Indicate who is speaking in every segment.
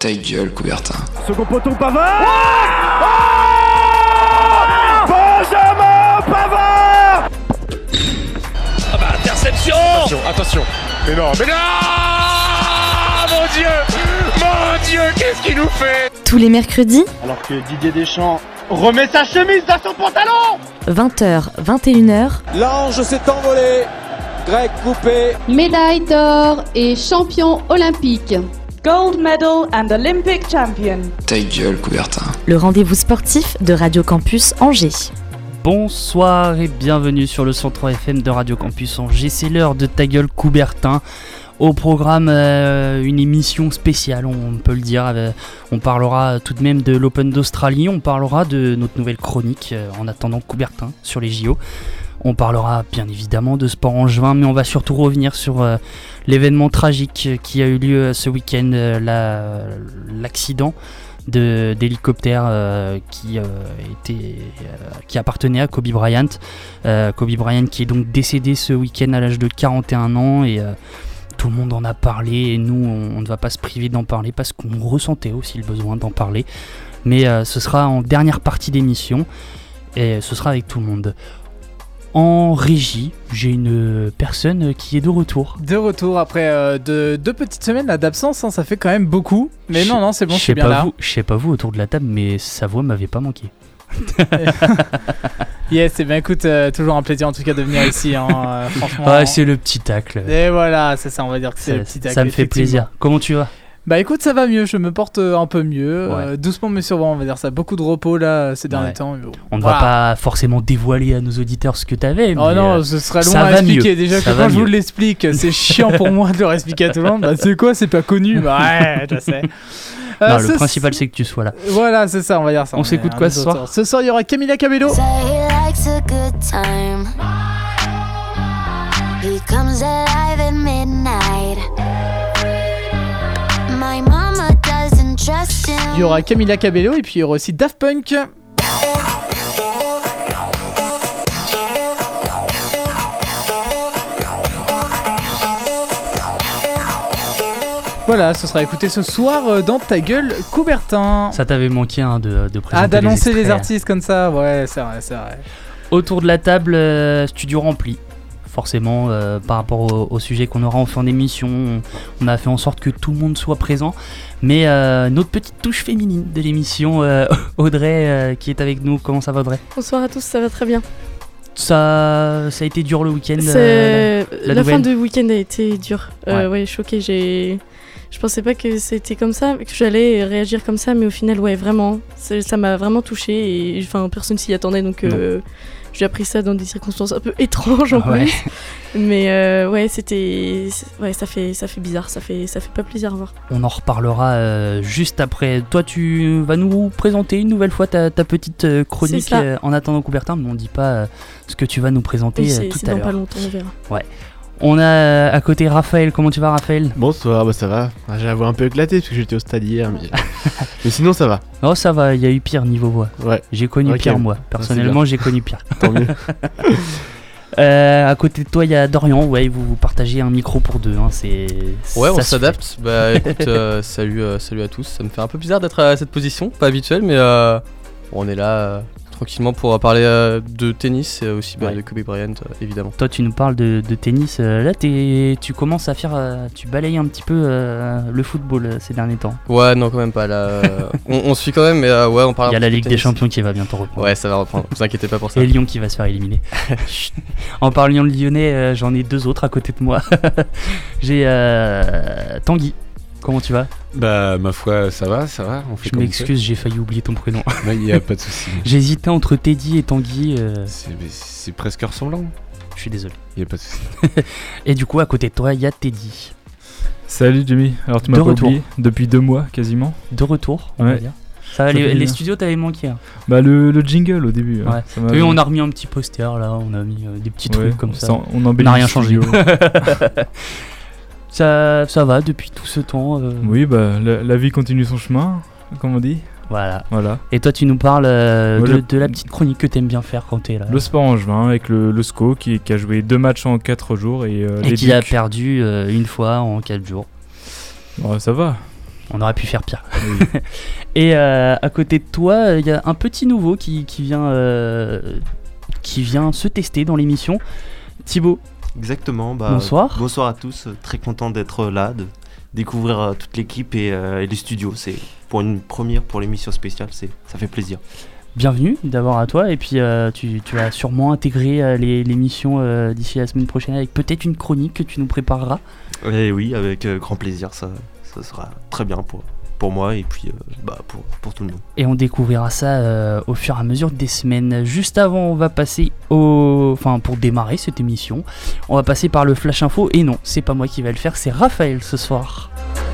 Speaker 1: Ta gueule, Coubertin.
Speaker 2: Second poteau, Pavard. Benjamin Pavard.
Speaker 3: Ah bah interception.
Speaker 2: Attention. Mais non. Mon Dieu, qu'est-ce qu'il nous fait?
Speaker 4: Tous les mercredis,
Speaker 2: Alors que Didier Deschamps remet sa chemise dans son pantalon.
Speaker 4: 20h, 21h,
Speaker 5: L'ange s'est envolé. Greg coupé.
Speaker 6: Médaille d'or et champion olympique.
Speaker 7: Gold medal and Olympic champion.
Speaker 1: Ta gueule, Coubertin.
Speaker 4: le rendez-vous sportif de Radio Campus Angers.
Speaker 8: Bonsoir et bienvenue sur le 103 FM de Radio Campus Angers. C'est l'heure de Ta gueule, Coubertin. Au programme, une émission spéciale, on peut le dire. On parlera tout de même de l'Open d'Australie. On parlera de notre nouvelle chronique en attendant Coubertin sur les JO. On parlera bien évidemment de sport angevin, mais on va surtout revenir sur l'événement tragique qui a eu lieu ce week-end, l'accident d'hélicoptère qui appartenait à Kobe Bryant. Kobe Bryant qui est donc décédé ce week-end à l'âge de 41 ans et tout le monde en a parlé et nous on ne va pas se priver d'en parler parce qu'on ressentait aussi le besoin d'en parler. Mais ce sera en dernière partie d'émission et ce sera avec tout le monde. En régie, j'ai une personne qui est de retour.
Speaker 9: De retour après deux petites semaines là, d'absence, hein, ça fait quand même beaucoup. Mais non, c'est bon, je suis bien là.
Speaker 8: Je sais pas vous autour de la table, mais sa voix m'avait pas manqué.
Speaker 9: Yes, et bien écoute, toujours un plaisir en tout cas de venir ici, hein, franchement.
Speaker 8: Ouais, c'est le petit tacle.
Speaker 9: Et voilà, c'est ça, on va dire que c'est le petit tacle.
Speaker 8: Ça me fait plaisir. Comment tu vas ?
Speaker 9: Bah écoute, ça va mieux, je me porte un peu mieux,
Speaker 8: Ouais.
Speaker 9: doucement mais sûrement, on va dire ça. Beaucoup de repos là ces derniers temps. Mais bon,
Speaker 8: on ne
Speaker 9: voilà.
Speaker 8: va pas forcément dévoiler à nos auditeurs ce que t'avais.
Speaker 9: Oh
Speaker 8: mais
Speaker 9: non, ce serait long
Speaker 8: ça
Speaker 9: à
Speaker 8: va
Speaker 9: expliquer.
Speaker 8: mieux.
Speaker 9: Déjà
Speaker 8: Ça
Speaker 9: que
Speaker 8: va
Speaker 9: quand je vous
Speaker 8: mieux.
Speaker 9: l'explique, c'est chiant pour moi de leur expliquer à tout le monde. Bah c'est quoi, c'est pas connu. Bah ouais, je sais.
Speaker 8: Non, le principal c'est que tu sois là.
Speaker 9: Voilà, c'est ça, on va dire ça.
Speaker 8: On s'écoute quoi ce soir ?
Speaker 9: Ce soir, il y aura Camila Cabello. Il y aura Camila Cabello et puis il y aura aussi Daft Punk. Voilà, ce sera écouté ce soir dans Ta gueule, Coubertin.
Speaker 8: Ça t'avait manqué de présenter
Speaker 9: Ah, d'annoncer les
Speaker 8: extraits.
Speaker 9: artistes comme ça, ouais, c'est vrai.
Speaker 8: Autour de la table, studio rempli. Forcément, par rapport au sujet qu'on aura en fin d'émission, on a fait en sorte que tout le monde soit présent. Mais notre petite touche féminine de l'émission, Audrey, qui est avec nous. Comment ça va, Audrey ?
Speaker 10: Bonsoir à tous, ça va très bien.
Speaker 8: Ça a été dur le week-end.
Speaker 10: La fin de week-end a été dure.
Speaker 8: Ouais.
Speaker 10: Choquée. Je pensais pas que c'était comme ça, que j'allais réagir comme ça, mais au final, ouais, vraiment, ça m'a vraiment touchée. Et personne s'y attendait, donc j'ai appris ça dans des circonstances un peu étranges en plus. Mais ça fait bizarre, ça fait pas plaisir à voir.
Speaker 8: On en reparlera juste après. Toi, tu vas nous présenter une nouvelle fois ta petite chronique en attendant Coubertin, mais on dit pas ce que tu vas nous présenter tout à l'heure.
Speaker 10: C'est dans pas longtemps, on verra.
Speaker 8: Ouais. On a à côté Raphaël. Comment tu vas, Raphaël ?
Speaker 11: Bonsoir, ça va. J'ai la voix un peu éclatée parce que j'étais au stade hier, mais sinon ça va.
Speaker 8: Oh, ça va, il y a eu pire niveau voix.
Speaker 11: Ouais.
Speaker 8: J'ai connu pire, moi. Personnellement, j'ai connu pire.
Speaker 11: Tant mieux.
Speaker 8: À côté de toi, il y a Dorian. Ouais, vous partagez un micro pour deux. Hein,
Speaker 12: ouais, on s'adapte. Bah écoute, salut à tous. Ça me fait un peu bizarre d'être à cette position, pas habituel, mais on est là tranquillement pour parler de tennis et aussi de Kobe Bryant, évidemment.
Speaker 8: Toi, tu nous parles de tennis. Là, tu commences à faire, tu balayes un petit peu le football ces derniers temps.
Speaker 12: Ouais, non, quand même pas. Là, on suit quand même, mais ouais, on parle.
Speaker 8: Il y a la Ligue des Champions qui va bientôt reprendre.
Speaker 12: Ouais, ça va reprendre. Vous inquiétez pas pour ça.
Speaker 8: Et Lyon qui va se faire éliminer. En parlant de Lyonnais, j'en ai deux autres à côté de moi. J'ai Tanguy. Comment tu vas ?
Speaker 13: Bah, ma foi, ça va. On fait.
Speaker 8: Je m'excuse, j'ai failli oublier ton prénom.
Speaker 13: Il n'y a pas de souci.
Speaker 8: J'hésitais entre Teddy et Tanguy.
Speaker 13: C'est presque ressemblant.
Speaker 8: Je suis désolé.
Speaker 13: Il n'y a pas de souci.
Speaker 8: Et du coup, à côté de toi, il y a Teddy.
Speaker 14: Salut Jimmy. Alors, tu m'as pas oublié depuis 2 mois quasiment.
Speaker 8: De retour, on va dire. Ça, les studios t'avaient manqué. Hein.
Speaker 14: Bah, le jingle au début.
Speaker 8: Ouais. Oui, on a remis un petit poster là, on a mis des petits trucs comme ça.
Speaker 14: On
Speaker 8: n'a rien changé. Ça va depuis tout ce temps.
Speaker 14: Oui, bah la vie continue son chemin, comme on dit.
Speaker 8: Voilà. Et toi, tu nous parles de la petite chronique que t'aimes bien faire quand t'es là.
Speaker 14: Le sport angevin avec le SCO qui a joué 2 matchs en 4 jours. Et
Speaker 8: qui a perdu une fois en 4 jours.
Speaker 14: Ouais, ça va.
Speaker 8: On aurait pu faire pire. Oui. Et à côté de toi, il y a un petit nouveau qui vient se tester dans l'émission. Thibaut.
Speaker 15: Exactement.
Speaker 8: Bonsoir.
Speaker 15: Bonsoir à tous. Très content d'être là, de découvrir toute l'équipe et les studios. C'est pour une première pour l'émission spéciale. Ça fait plaisir.
Speaker 8: Bienvenue d'abord à toi. Et puis tu vas sûrement intégrer l'émission d'ici la semaine prochaine avec peut-être une chronique que tu nous prépareras.
Speaker 15: Et oui, avec grand plaisir. Ça sera très bien pour moi et puis pour tout le monde.
Speaker 8: Et on découvrira ça au fur et à mesure des semaines. Juste avant, on va passer pour démarrer cette émission, on va passer par le Flash Info. Et non, c'est pas moi qui va le faire, c'est Raphaël ce soir.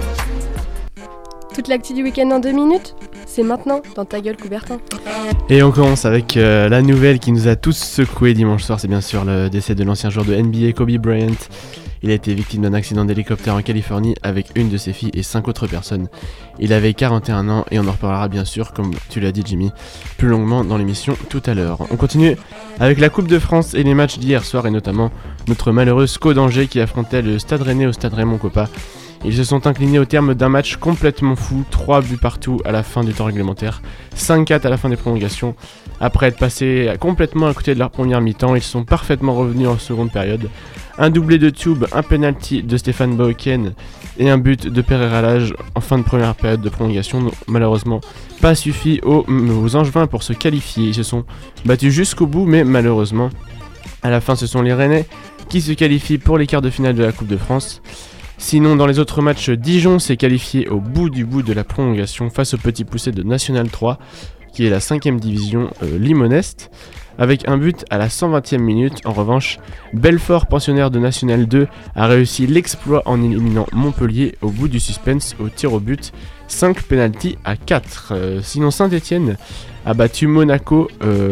Speaker 16: Toute l'actu du week-end en 2 minutes, c'est maintenant dans Ta Gueule Coubertin.
Speaker 11: Et on commence avec la nouvelle qui nous a tous secoué dimanche soir, c'est bien sûr le décès de l'ancien joueur de NBA Kobe Bryant. Il a été victime d'un accident d'hélicoptère en Californie avec une de ses filles et 5 autres personnes. Il avait 41 ans et on en reparlera bien sûr, comme tu l'as dit Jimmy, plus longuement dans l'émission tout à l'heure. On continue avec la Coupe de France et les matchs d'hier soir et notamment notre malheureux SCO d'Angers qui affrontait le Stade Rennais au Stade Raymond Kopa. Ils se sont inclinés au terme d'un match complètement fou, 3 buts partout à la fin du temps réglementaire, 5-4 à la fin des prolongations. Après être passés complètement à côté de leur première mi-temps, ils sont parfaitement revenus en seconde période. Un doublé de Tube, un penalty de Stéphane Bauken et un but de Pereira Lage en fin de première période de prolongation n'ont malheureusement pas suffi aux Angevins pour se qualifier. Ils se sont battus jusqu'au bout, mais malheureusement, à la fin, ce sont les Rennais qui se qualifient pour les quarts de finale de la Coupe de France. Sinon, dans les autres matchs, Dijon s'est qualifié au bout de la prolongation face au Petit Poucet de National 3, qui est la 5ème division limoneste, avec un but à la 120e minute. En revanche, Belfort, pensionnaire de National 2, a réussi l'exploit en éliminant Montpellier au bout du suspense au tir au but, 5 pénaltys à 4. Sinon, Saint-Etienne a battu Monaco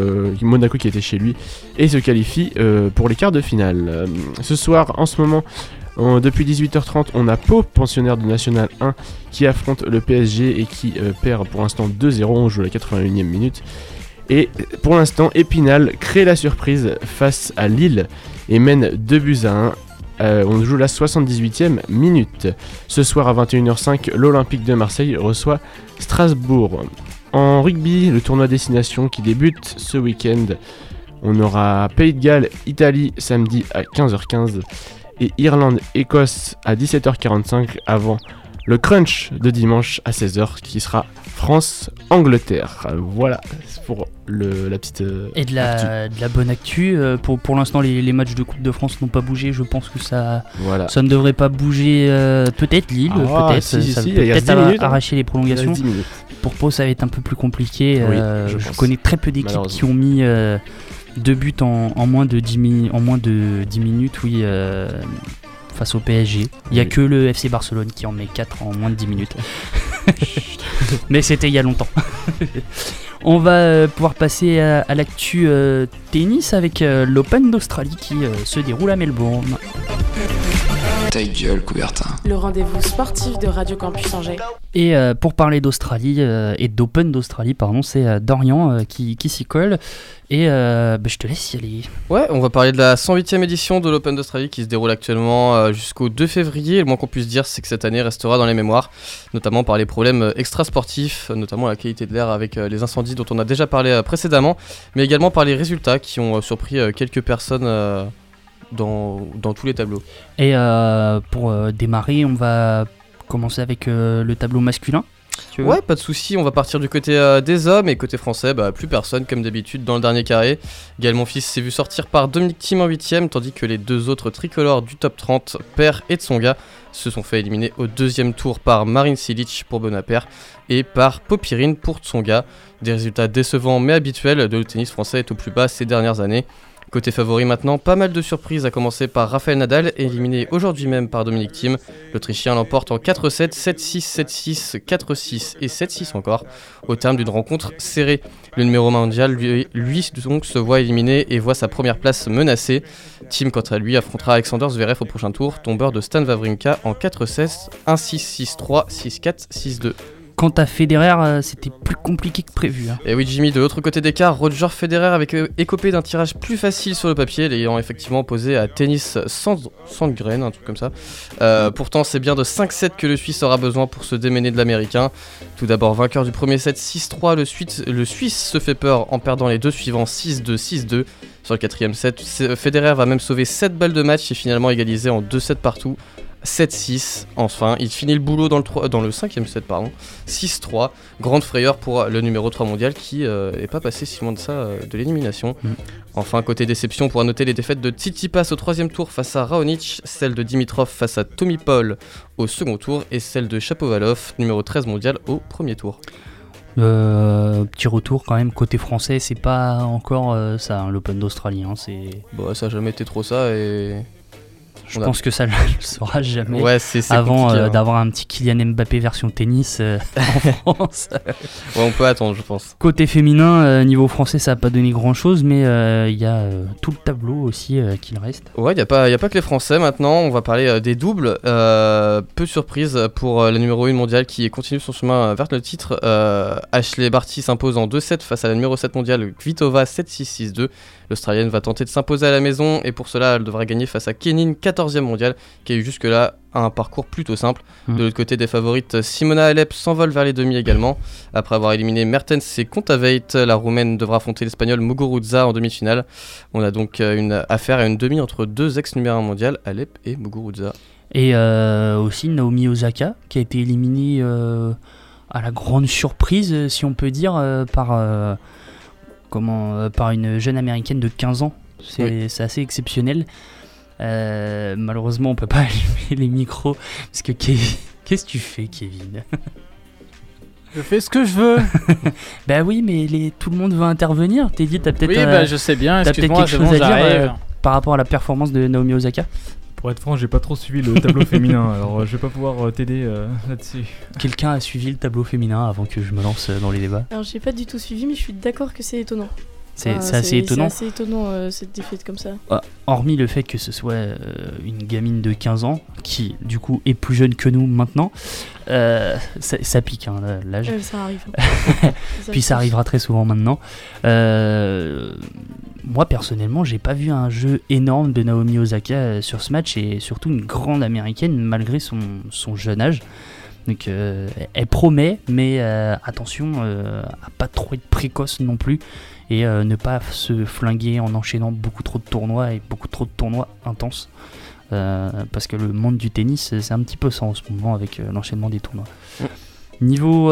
Speaker 11: qui était chez lui, et se qualifie pour les quarts de finale. Ce soir, en ce moment, depuis 18h30, on a Pau, pensionnaire de National 1, qui affronte le PSG et qui perd pour l'instant 2-0, on joue à la 81e minute. Et pour l'instant, Épinal crée la surprise face à Lille et mène 2-1. On joue la 78e minute. Ce soir à 21h05, l'Olympique de Marseille reçoit Strasbourg. En rugby, le tournoi destination qui débute ce week-end. On aura Pays de Galles, Italie samedi à 15h15 et Irlande-Écosse à 17h45 avant le crunch de dimanche à 16h qui sera France-Angleterre. Voilà pour la petite
Speaker 8: et de la bonne actu. Pour l'instant, les matchs de Coupe de France n'ont pas bougé. Je pense que ça ne devrait pas bouger. Peut-être Lille, peut-être arracher les prolongations. Pour Pau, ça va être un peu plus compliqué.
Speaker 11: Oui,
Speaker 8: je connais très peu d'équipes qui ont mis 2 buts en moins de 10 minutes, oui, face au PSG. Il n'y a que le FC Barcelone qui en met 4 en moins de 10 minutes. Mais c'était il y a longtemps. On va pouvoir passer à l'actu tennis avec l'Open d'Australie qui se déroule à Melbourne.
Speaker 1: Ta gueule, Coubertin.
Speaker 17: Le rendez-vous sportif de Radio Campus Angers.
Speaker 8: Et pour parler d'Australie et d'Open d'Australie, c'est Dorian qui s'y colle. Et je te laisse y aller.
Speaker 12: Ouais, on va parler de la 108e édition de l'Open d'Australie qui se déroule actuellement jusqu'au 2 février. Le moins qu'on puisse dire, c'est que cette année restera dans les mémoires, notamment par les problèmes extrasportifs, notamment la qualité de l'air avec les incendies dont on a déjà parlé précédemment, mais également par les résultats qui ont surpris quelques personnes dans tous les tableaux. Et
Speaker 8: pour démarrer, on va commencer avec le tableau masculin.
Speaker 12: Ouais, pas de souci, on va partir du côté des hommes et côté français, plus personne comme d'habitude dans le dernier carré. Gaël Monfils s'est vu sortir par Dominic Thiem en 8ème, tandis que les deux autres tricolores du top 30, Per et Tsonga, se sont fait éliminer au deuxième tour par Marin Cilic pour Benoît Per et par Popirine pour Tsonga. Des résultats décevants mais habituels de le tennis français est au plus bas ces dernières années. Côté favori maintenant, pas mal de surprises, à commencer par Rafael Nadal, éliminé aujourd'hui même par Dominic Thiem. L'Autrichien l'emporte en 4-7, 7-6, 7-6, 4-6 et 7-6 encore, au terme d'une rencontre serrée. Le numéro mondial, lui donc, se voit éliminé et voit sa première place menacée. Thiem, quant à lui, affrontera Alexander Zverev au prochain tour, tombeur de Stan Wawrinka en 4-16, 1-6, 6-3, 6-4, 6-2.
Speaker 8: quant à Federer, c'était plus compliqué que prévu.
Speaker 12: Et oui, Jimmy, de l'autre côté d'écart, Roger Federer avait écopé d'un tirage plus facile sur le papier, l'ayant effectivement opposé à Tennis Sandgren, un truc comme ça. Pourtant, c'est bien de 5-7 que le Suisse aura besoin pour se démêler de l'Américain. Tout d'abord, vainqueur du premier set 6-3, le Suisse se fait peur en perdant les deux suivants 6-2, 6-2. Sur le quatrième set, Federer va même sauver 7 balles de match et finalement égaliser en 2 sets partout. 7-6, enfin, il finit le boulot dans le 5ème set, 6-3, grande frayeur pour le numéro 3 mondial qui est pas passé si loin de ça de l'élimination. Enfin, côté déception, on pourra noter les défaites de Tsitsipas au 3ème tour face à Raonic, celle de Dimitrov face à Tommy Paul au second tour et celle de Shapovalov, numéro 13 mondial au premier tour.
Speaker 8: Petit retour quand même côté français, c'est pas encore ça, hein, l'Open d'Australie. Hein,
Speaker 12: Bah, ça a jamais été trop ça et...
Speaker 8: Je pense que ça ne le sera jamais
Speaker 12: c'est
Speaker 8: avant d'avoir un petit Kylian Mbappé version tennis en France.
Speaker 12: On peut attendre, je pense.
Speaker 8: Côté féminin, niveau français, ça n'a pas donné grand-chose, mais il y a tout le tableau aussi qu'il reste.
Speaker 12: Ouais, il n'y a pas que les Français maintenant. On va parler des doubles. Peu de surprise pour la numéro 1 mondiale qui continue son chemin vers le titre. Ashley Barty s'impose en 2-7 face à la numéro 7 mondiale Kvitova 7-6, 6-2. L'Australienne va tenter de s'imposer à la maison et pour cela elle devra gagner face à Kenin, 14e mondial, qui a eu jusque-là un parcours plutôt simple. De l'autre côté des favorites, Simona Halep s'envole vers les demi également. Après avoir éliminé Mertens et Kontaveit, la Roumaine devra affronter l'Espagnol Muguruza en demi-finale. On a donc une affaire à une demi entre deux ex-numéro 1 mondial, Halep et Muguruza.
Speaker 8: Et aussi Naomi Osaka qui a été éliminée à la grande surprise, si on peut dire, par une jeune américaine de 15 ans. C'est assez exceptionnel. Malheureusement, on peut pas allumer les micros parce que qu'est-ce que tu fais, Kevin?
Speaker 9: Je fais ce que je veux.
Speaker 8: Bah oui, mais tout le monde veut intervenir. Teddy, t'as peut-être.
Speaker 9: Oui, je sais bien.
Speaker 8: T'as peut-être quelque chose à dire par rapport à la performance de Naomi Osaka.
Speaker 14: Pour être franc, j'ai pas trop suivi le tableau féminin, alors je vais pas pouvoir t'aider là-dessus.
Speaker 8: Quelqu'un a suivi le tableau féminin avant que je me lance dans les débats?
Speaker 10: Alors j'ai pas du tout suivi, mais je suis d'accord que c'est étonnant.
Speaker 8: C'est assez étonnant.
Speaker 10: C'est assez étonnant cette défaite comme ça.
Speaker 8: Hormis le fait que ce soit une gamine de 15 ans, qui du coup est plus jeune que nous maintenant, ça pique hein, l'âge.
Speaker 10: Ça arrive.
Speaker 8: Puis ça arrivera très souvent maintenant. Moi personnellement, j'ai pas vu un jeu énorme de Naomi Osaka sur ce match et surtout une grande américaine malgré son jeune âge. Donc elle promet, mais attention à pas trop être précoce non plus et ne pas se flinguer en enchaînant beaucoup trop de tournois et beaucoup trop de tournois intenses. Parce que le monde du tennis, c'est un petit peu ça en ce moment avec l'enchaînement des tournois. Niveau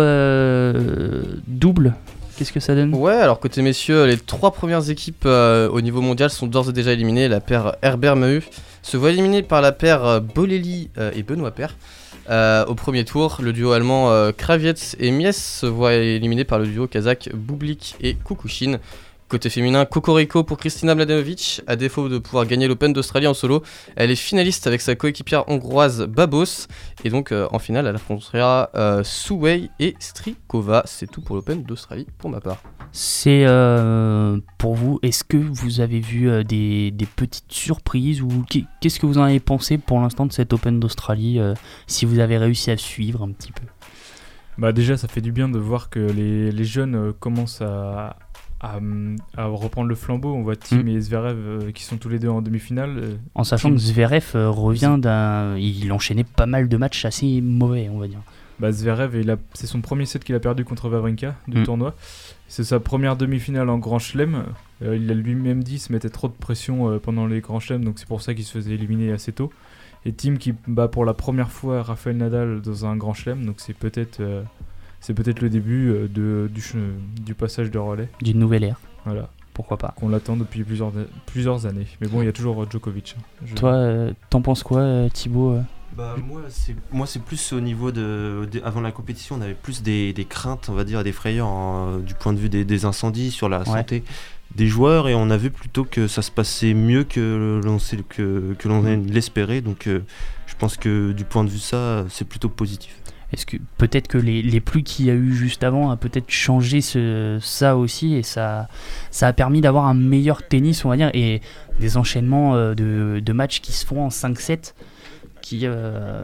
Speaker 8: double, qu'est-ce que ça donne?
Speaker 12: Ouais, alors côté messieurs, les 3 premières équipes au niveau mondial sont d'ores et déjà éliminées. La paire Herbert-Maheu se voit éliminée par la paire Bolelli et Benoît Paire. Au premier tour, le duo allemand Kravietz et Mies se voit éliminé par le duo kazakh Bublik et Kukushin. Côté féminin, Cocorico pour Kristina Mladenovic. À défaut de pouvoir gagner l'Open d'Australie en solo, elle est finaliste avec sa coéquipière hongroise Babos. Et donc en finale, elle affrontera Souwei et Strikova. C'est tout pour l'Open d'Australie pour ma part.
Speaker 8: C'est pour vous, est-ce que vous avez vu des petites surprises ou qu'est-ce que vous en avez pensé pour l'instant de cet Open d'Australie, si vous avez réussi à suivre un petit peu?
Speaker 14: Bah déjà, ça fait du bien de voir que les jeunes commencent à reprendre le flambeau. On voit Thiem et Zverev qui sont tous les deux en demi-finale.
Speaker 8: En sachant que Zverev revient il enchaînait pas mal de matchs assez mauvais, on va dire.
Speaker 14: Bah Zverev, c'est son premier set qu'il a perdu contre Wawrinka du tournoi. C'est sa première demi-finale en Grand Chelem. Il a lui-même dit qu'il se mettait trop de pression pendant les Grands Chelems, donc c'est pour ça qu'il se faisait éliminer assez tôt. Et Thiem qui bat pour la première fois Rafael Nadal dans un Grand Chelem, donc c'est peut-être le début du passage de relais.
Speaker 8: D'une nouvelle ère.
Speaker 14: Voilà.
Speaker 8: Pourquoi pas.
Speaker 14: Qu'on l'attend depuis plusieurs années. Mais bon, il y a toujours Djokovic.
Speaker 8: Toi, t'en penses quoi, Thibaut?
Speaker 15: Moi, c'est plus au niveau avant la compétition, on avait plus des craintes, on va dire, des frayeurs du point de vue des incendies sur la santé des joueurs, et on a vu plutôt que ça se passait mieux que l'on l'espérait. Donc, je pense que du point de vue ça, c'est plutôt positif.
Speaker 8: Est-ce que peut-être que les pluies qu'il y a eu juste avant a peut-être changé ça aussi, et ça a permis d'avoir un meilleur tennis, on va dire, et des enchaînements de matchs qui se font en 5-7 qui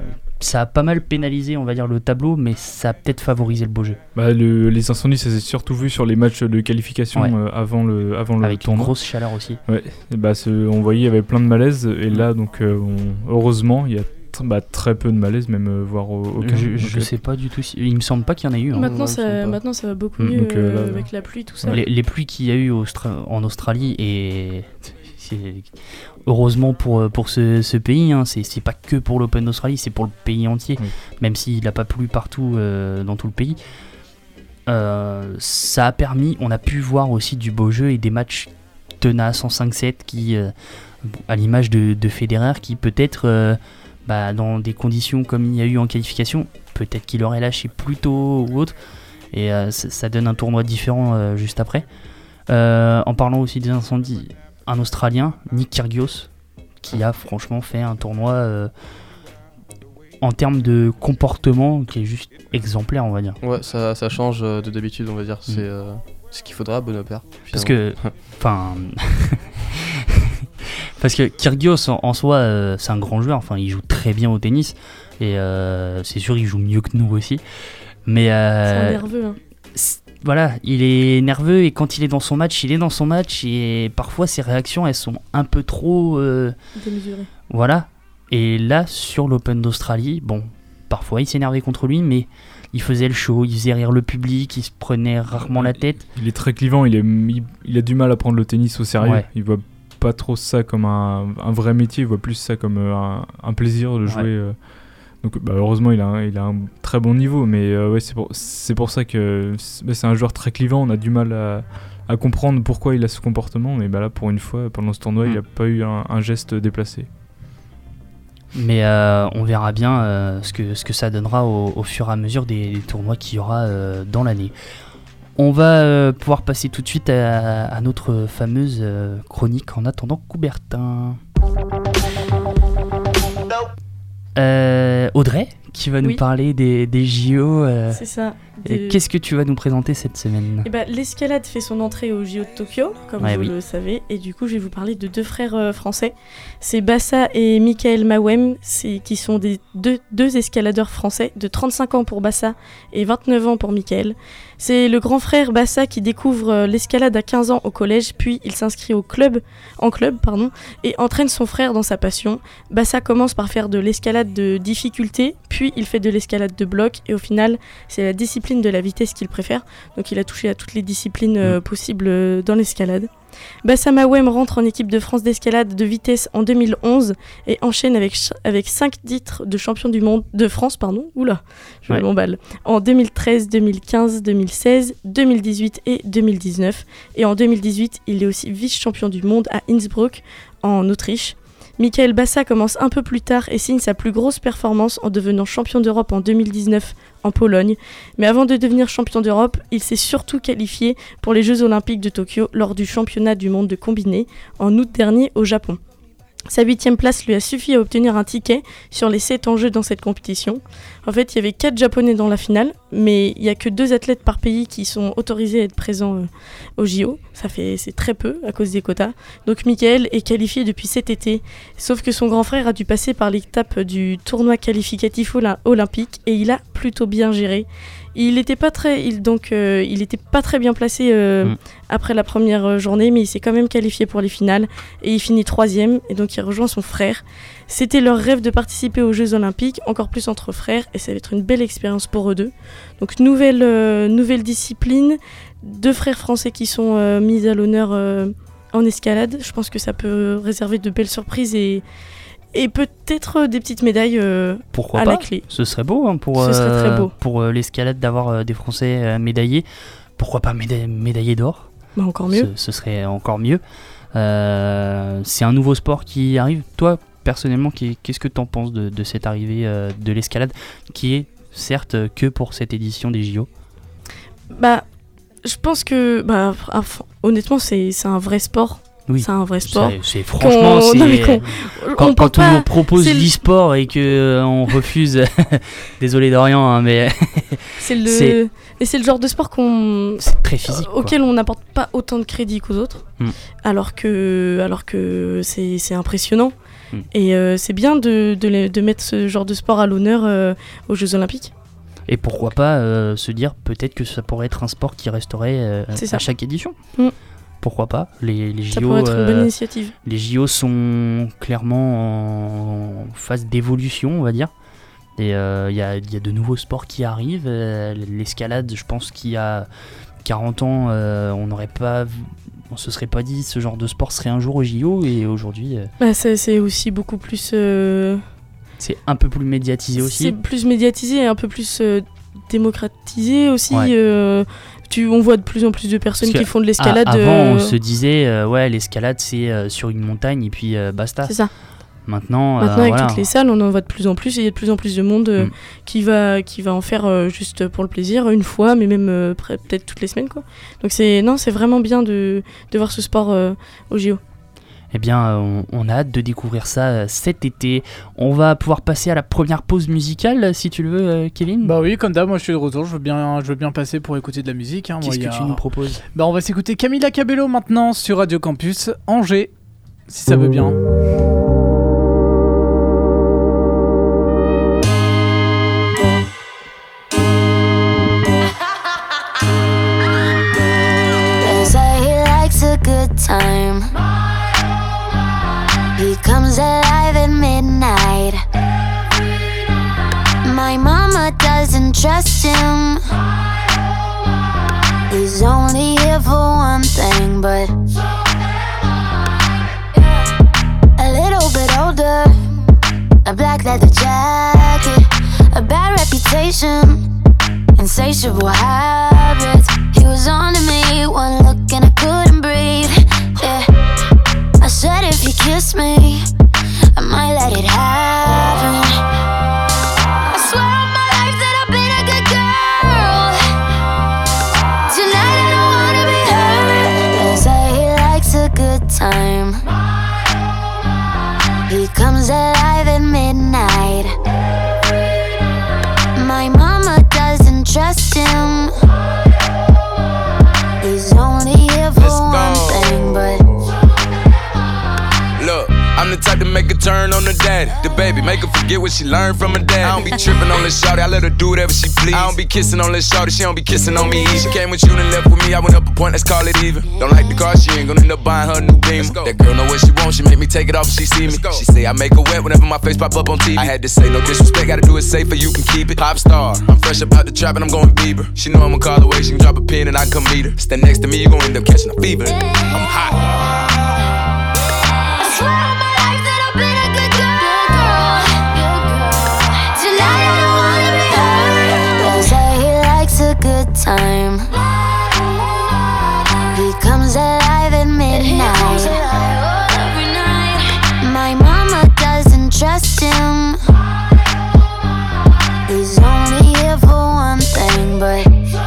Speaker 8: ça a pas mal pénalisé, on va dire, le tableau, mais ça a peut-être favorisé le beau jeu.
Speaker 14: Les incendies, ça s'est surtout vu sur les matchs de qualification avant le
Speaker 8: avec
Speaker 14: tournoi.
Speaker 8: Une grosse chaleur aussi.
Speaker 14: Ouais. On voyait il y avait plein de malaise et là donc heureusement il y a très peu de malaise, même voire aucun.
Speaker 8: Je sais pas du tout. Il me semble pas qu'il y en ait eu.
Speaker 10: Maintenant ça va beaucoup mieux avec la pluie, tout ça.
Speaker 8: Les pluies qu'il y a eu en Australie et heureusement pour ce pays, hein, c'est pas que pour l'Open d'Australie, c'est pour le pays entier, même s'il n'a pas plu partout dans tout le pays. Ça a permis, on a pu voir aussi du beau jeu et des matchs tenaces en 5-7 qui, à l'image de Federer, qui peut-être dans des conditions comme il y a eu en qualification, peut-être qu'il aurait lâché plus tôt ou autre, et ça donne un tournoi différent juste après. En parlant aussi des incendies, un Australien, Nick Kyrgios, qui a franchement fait un tournoi en termes de comportement qui est juste exemplaire, on va dire.
Speaker 12: Ouais, ça change de d'habitude, on va dire. C'est ce qu'il faudra, bon opère.
Speaker 8: Parce que Kyrgios en soi, c'est un grand joueur, enfin il joue très bien au tennis, et c'est sûr il joue mieux que nous aussi. Mais
Speaker 10: c'est un nerveux, hein.
Speaker 8: Voilà, il est nerveux et quand il est dans son match, et parfois ses réactions elles sont un peu trop
Speaker 10: démesurées.
Speaker 8: Voilà. Et là sur l'Open d'Australie, parfois il s'énervait contre lui, mais il faisait le show, il faisait rire le public, il se prenait rarement la tête.
Speaker 14: Il est très clivant, il a du mal à prendre le tennis au sérieux. Ouais. Il voit pas trop ça comme un vrai métier, il voit plus ça comme un plaisir de jouer. Ouais. Donc heureusement il a un très bon niveau, mais c'est pour ça que c'est un joueur très clivant. On a du mal à comprendre pourquoi il a ce comportement, mais là pour une fois pendant ce tournoi il n'a pas eu un geste déplacé.
Speaker 8: Mais on verra bien ce que ça donnera au fur et à mesure des tournois qu'il y aura dans l'année. On va pouvoir passer tout de suite à notre fameuse chronique en attendant Coubertin. Audrey, qui va nous parler des JO.
Speaker 10: C'est ça.
Speaker 8: Qu'est-ce que tu vas nous présenter cette semaine ?
Speaker 10: L'escalade fait son entrée aux JO de Tokyo, comme vous le savez, et du coup je vais vous parler de deux frères français. C'est Bassa et Michael Mawem, qui sont deux escaladeurs français, de 35 ans pour Bassa et 29 ans pour Michael. C'est le grand frère Bassa qui découvre l'escalade à 15 ans au collège, puis il s'inscrit en club, et entraîne son frère dans sa passion. Bassa commence par faire de l'escalade de difficulté, puis il fait de l'escalade de bloc, et au final, c'est la discipline de la vitesse qu'il préfère. Donc il a touché à toutes les disciplines possibles dans l'escalade. Bassa Mawem rentre en équipe de France d'escalade de vitesse en 2011 et enchaîne avec 5 titres de champion du monde de France, je m'emballe, en 2013, 2015, 2016, 2018 et 2019. Et en 2018, il est aussi vice-champion du monde à Innsbruck, en Autriche. Michael Bassa commence un peu plus tard et signe sa plus grosse performance en devenant champion d'Europe en 2019 en Pologne. Mais avant de devenir champion d'Europe, il s'est surtout qualifié pour les Jeux Olympiques de Tokyo lors du championnat du monde de combiné en août dernier au Japon. Sa 8e place lui a suffi à obtenir un ticket sur les 7 en jeu dans cette compétition. En fait, il y avait 4 Japonais dans la finale, mais il n'y a que 2 athlètes par pays qui sont autorisés à être présents au JO. C'est très peu à cause des quotas. Donc Michael est qualifié depuis cet été, sauf que son grand frère a dû passer par l'étape du tournoi qualificatif olympique et il a plutôt bien géré. Il n'était pas très bien placé après la première journée, mais il s'est quand même qualifié pour les finales et il finit 3e et donc il rejoint son frère. C'était leur rêve de participer aux Jeux Olympiques, encore plus entre frères, et ça va être une belle expérience pour eux deux. Donc nouvelle discipline, 2 frères français qui sont mis à l'honneur en escalade. Je pense que ça peut réserver de belles surprises et peut-être des petites médailles
Speaker 8: Pourquoi
Speaker 10: la clé.
Speaker 8: Ce serait beau,
Speaker 10: ce serait très beau.
Speaker 8: Pour l'escalade d'avoir des Français médaillés. Pourquoi pas médaillés d'or ?
Speaker 10: Encore mieux.
Speaker 8: Ce serait encore mieux. C'est un nouveau sport qui arrive. Toi, personnellement, qu'est-ce que tu en penses de cette arrivée de l'escalade qui est certes que pour cette édition des JO ?
Speaker 10: Je pense que honnêtement c'est un vrai sport.
Speaker 8: Oui.
Speaker 10: C'est un vrai sport.
Speaker 8: Franchement, quand tout le monde propose l'e-sport et qu'on refuse, désolé Dorian, mais
Speaker 10: c'est le genre de sport
Speaker 8: c'est très physique,
Speaker 10: auquel on n'apporte pas autant de crédit qu'aux autres, alors que c'est impressionnant. Et c'est bien de mettre ce genre de sport à l'honneur aux Jeux Olympiques.
Speaker 8: Et pourquoi pas se dire peut-être que ça pourrait être un sport qui resterait à chaque édition. Pourquoi pas les JO,
Speaker 10: ça pourrait être une bonne initiative.
Speaker 8: Les JO sont clairement en phase d'évolution, on va dire. Et il y a de nouveaux sports qui arrivent. L'escalade, je pense qu'il y a 40 ans, on se serait pas dit ce genre de sport serait un jour au JO, et aujourd'hui...
Speaker 10: c'est aussi beaucoup plus...
Speaker 8: C'est un peu plus médiatisé aussi.
Speaker 10: C'est plus médiatisé et un peu plus démocratisé aussi. On voit de plus en plus de personnes qui font de l'escalade.
Speaker 8: Avant, on se disait, l'escalade c'est sur une montagne et puis basta.
Speaker 10: C'est ça.
Speaker 8: Maintenant
Speaker 10: avec toutes les salles, on en voit de plus en plus, et il y a de plus en plus de monde qui va en faire juste pour le plaisir, une fois, mais même peut-être toutes les semaines, quoi. Donc c'est vraiment bien de voir ce sport au JO.
Speaker 8: Eh bien, on a hâte de découvrir ça cet été. On va pouvoir passer à la première pause musicale, si tu le veux, Kevin.
Speaker 9: Bah oui, comme d'hab, moi je suis de retour, je veux bien passer pour écouter de la musique.
Speaker 8: Qu'est-ce que tu nous proposes ?
Speaker 9: Bah on va s'écouter Camila Cabello maintenant sur Radio Campus Angers, si ça veut bien.
Speaker 18: Time. He comes alive at midnight. My mama doesn't trust him. He's only here for one thing, but a little bit older, a black leather jacket, a bad reputation, insatiable habits. He was on to me, one look and I couldn't breathe. Yeah, I said if he kissed me, I might let it happen. I swear on my life that I've been a good girl. Tonight I don't wanna be hurt. They say he likes a good time. He comes alive at midnight. My mama doesn't trust him. He's only here for one thing, but
Speaker 19: look, I'm the type to make a turn on the daddy. The baby, make her forget what she learned from her dad. I don't be tripping on this shawty, I let her do whatever she please. I don't be kissing on this shawty, she don't be kissing on me. She came with you and left with me, I went up a point, let's call it even. Don't like the car, she ain't gonna end up buying her a new Beamer. That girl know what she wants, she make me take it off if she see me. She say I make her wet whenever my face pop up on TV. I had to say no disrespect, gotta do it safer, you can keep it. Pop star, I'm fresh about the trap and I'm going Bieber. She know I'ma call away, she can drop a pin and I come meet her. Stand next to me, you gon' end up catching a fever. I'm hot.
Speaker 18: Good time. He comes alive at midnight. My mama doesn't trust him. He's only here for one thing, but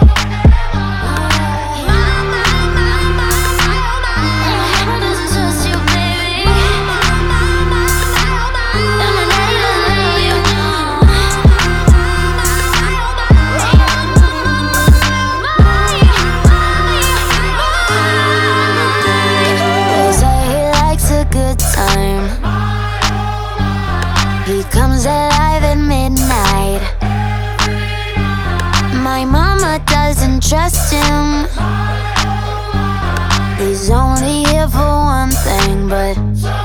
Speaker 18: comes alive at midnight. My mama doesn't trust him. He's only here for one thing, but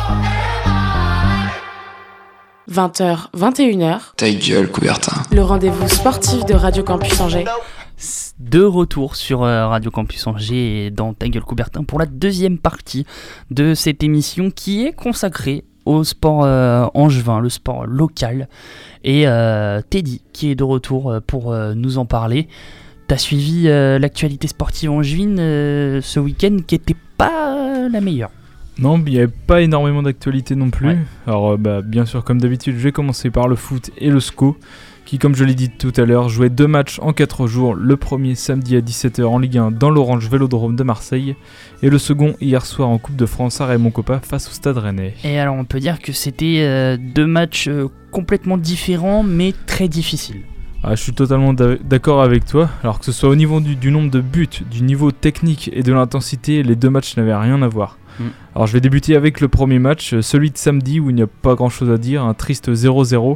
Speaker 17: 20h, 21h.
Speaker 1: Ta gueule, Coubertin.
Speaker 17: Le rendez-vous sportif de Radio Campus Angers.
Speaker 8: De retour sur Radio Campus Angers et dans Ta gueule, Coubertin pour la deuxième partie de cette émission qui est consacrée au sport angevin, le sport local, et Teddy qui est de retour pour nous en parler. T'as suivi l'actualité sportive angevine ce week-end qui était pas la meilleure.
Speaker 14: Non, il n'y avait pas énormément d'actualité non plus. Ouais. Alors bien sûr, comme d'habitude, je vais commencer par le foot et le SCO, qui, comme je l'ai dit tout à l'heure, jouait 2 matchs en 4 jours. Le premier samedi à 17h en Ligue 1 dans l'Orange Vélodrome de Marseille, et le second hier soir en Coupe de France à Raymond-Kopa face au Stade Rennais.
Speaker 8: Et alors on peut dire que c'était 2 matchs complètement différents mais très difficiles.
Speaker 14: Ah, je suis totalement d'accord avec toi. Alors que ce soit au niveau du nombre de buts, du niveau technique et de l'intensité, les 2 matchs n'avaient rien à voir. Alors je vais débuter avec le premier match, celui de samedi où il n'y a pas grand chose à dire, un triste 0-0.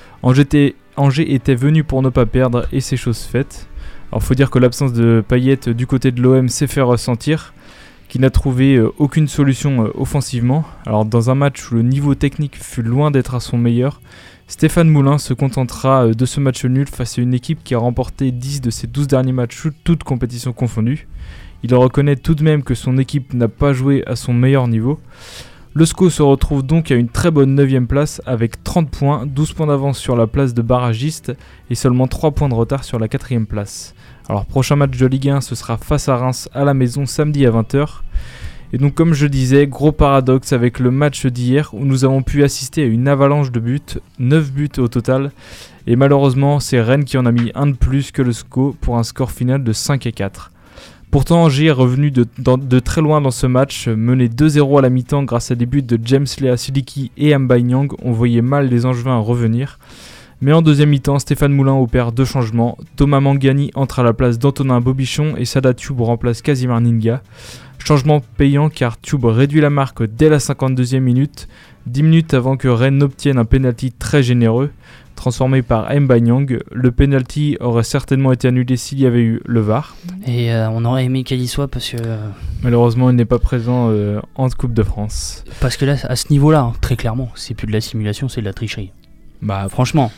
Speaker 14: Angers était venu pour ne pas perdre et c'est chose faite. Alors faut dire que l'absence de Payet du côté de l'OM s'est fait ressentir, qui n'a trouvé aucune solution offensivement. Alors dans un match où le niveau technique fut loin d'être à son meilleur, Stéphane Moulin se contentera de ce match nul face à une équipe qui a remporté 10 de ses 12 derniers matchs, toutes compétitions confondues. Il reconnaît tout de même que son équipe n'a pas joué à son meilleur niveau. Le SCO se retrouve donc à une très bonne 9ème place avec 30 points, 12 points d'avance sur la place de barragiste et seulement 3 points de retard sur la 4ème place. Alors prochain match de Ligue 1, ce sera face à Reims à la maison samedi à 20h. Et donc comme je disais, gros paradoxe avec le match d'hier où nous avons pu assister à une avalanche de buts, 9 buts au total. Et malheureusement c'est Rennes qui en a mis un de plus que le SCO pour un score final de 5-4. Pourtant Angers est revenu de très loin dans ce match, mené 2-0 à la mi-temps grâce à des buts de James Lea Siliki et Mbaye Niang. On voyait mal les Angevins revenir. Mais en deuxième mi-temps, Stéphane Moulin opère 2 changements. Thomas Mangani entre à la place d'Antonin Bobichon et Sada Thioub remplace Casimir Ninga. Changement payant car Thioub réduit la marque dès la 52e minute, 10 minutes avant que Rennes n'obtienne un penalty très généreux, transformé par Mbaye Niang. Le penalty aurait certainement été annulé s'il y avait eu le VAR.
Speaker 8: Et on aurait aimé qu'il y soit parce que...
Speaker 14: Malheureusement, il n'est pas présent en Coupe de France.
Speaker 8: Parce que là, à ce niveau-là, très clairement, c'est plus de la simulation, c'est de la tricherie. Bah franchement,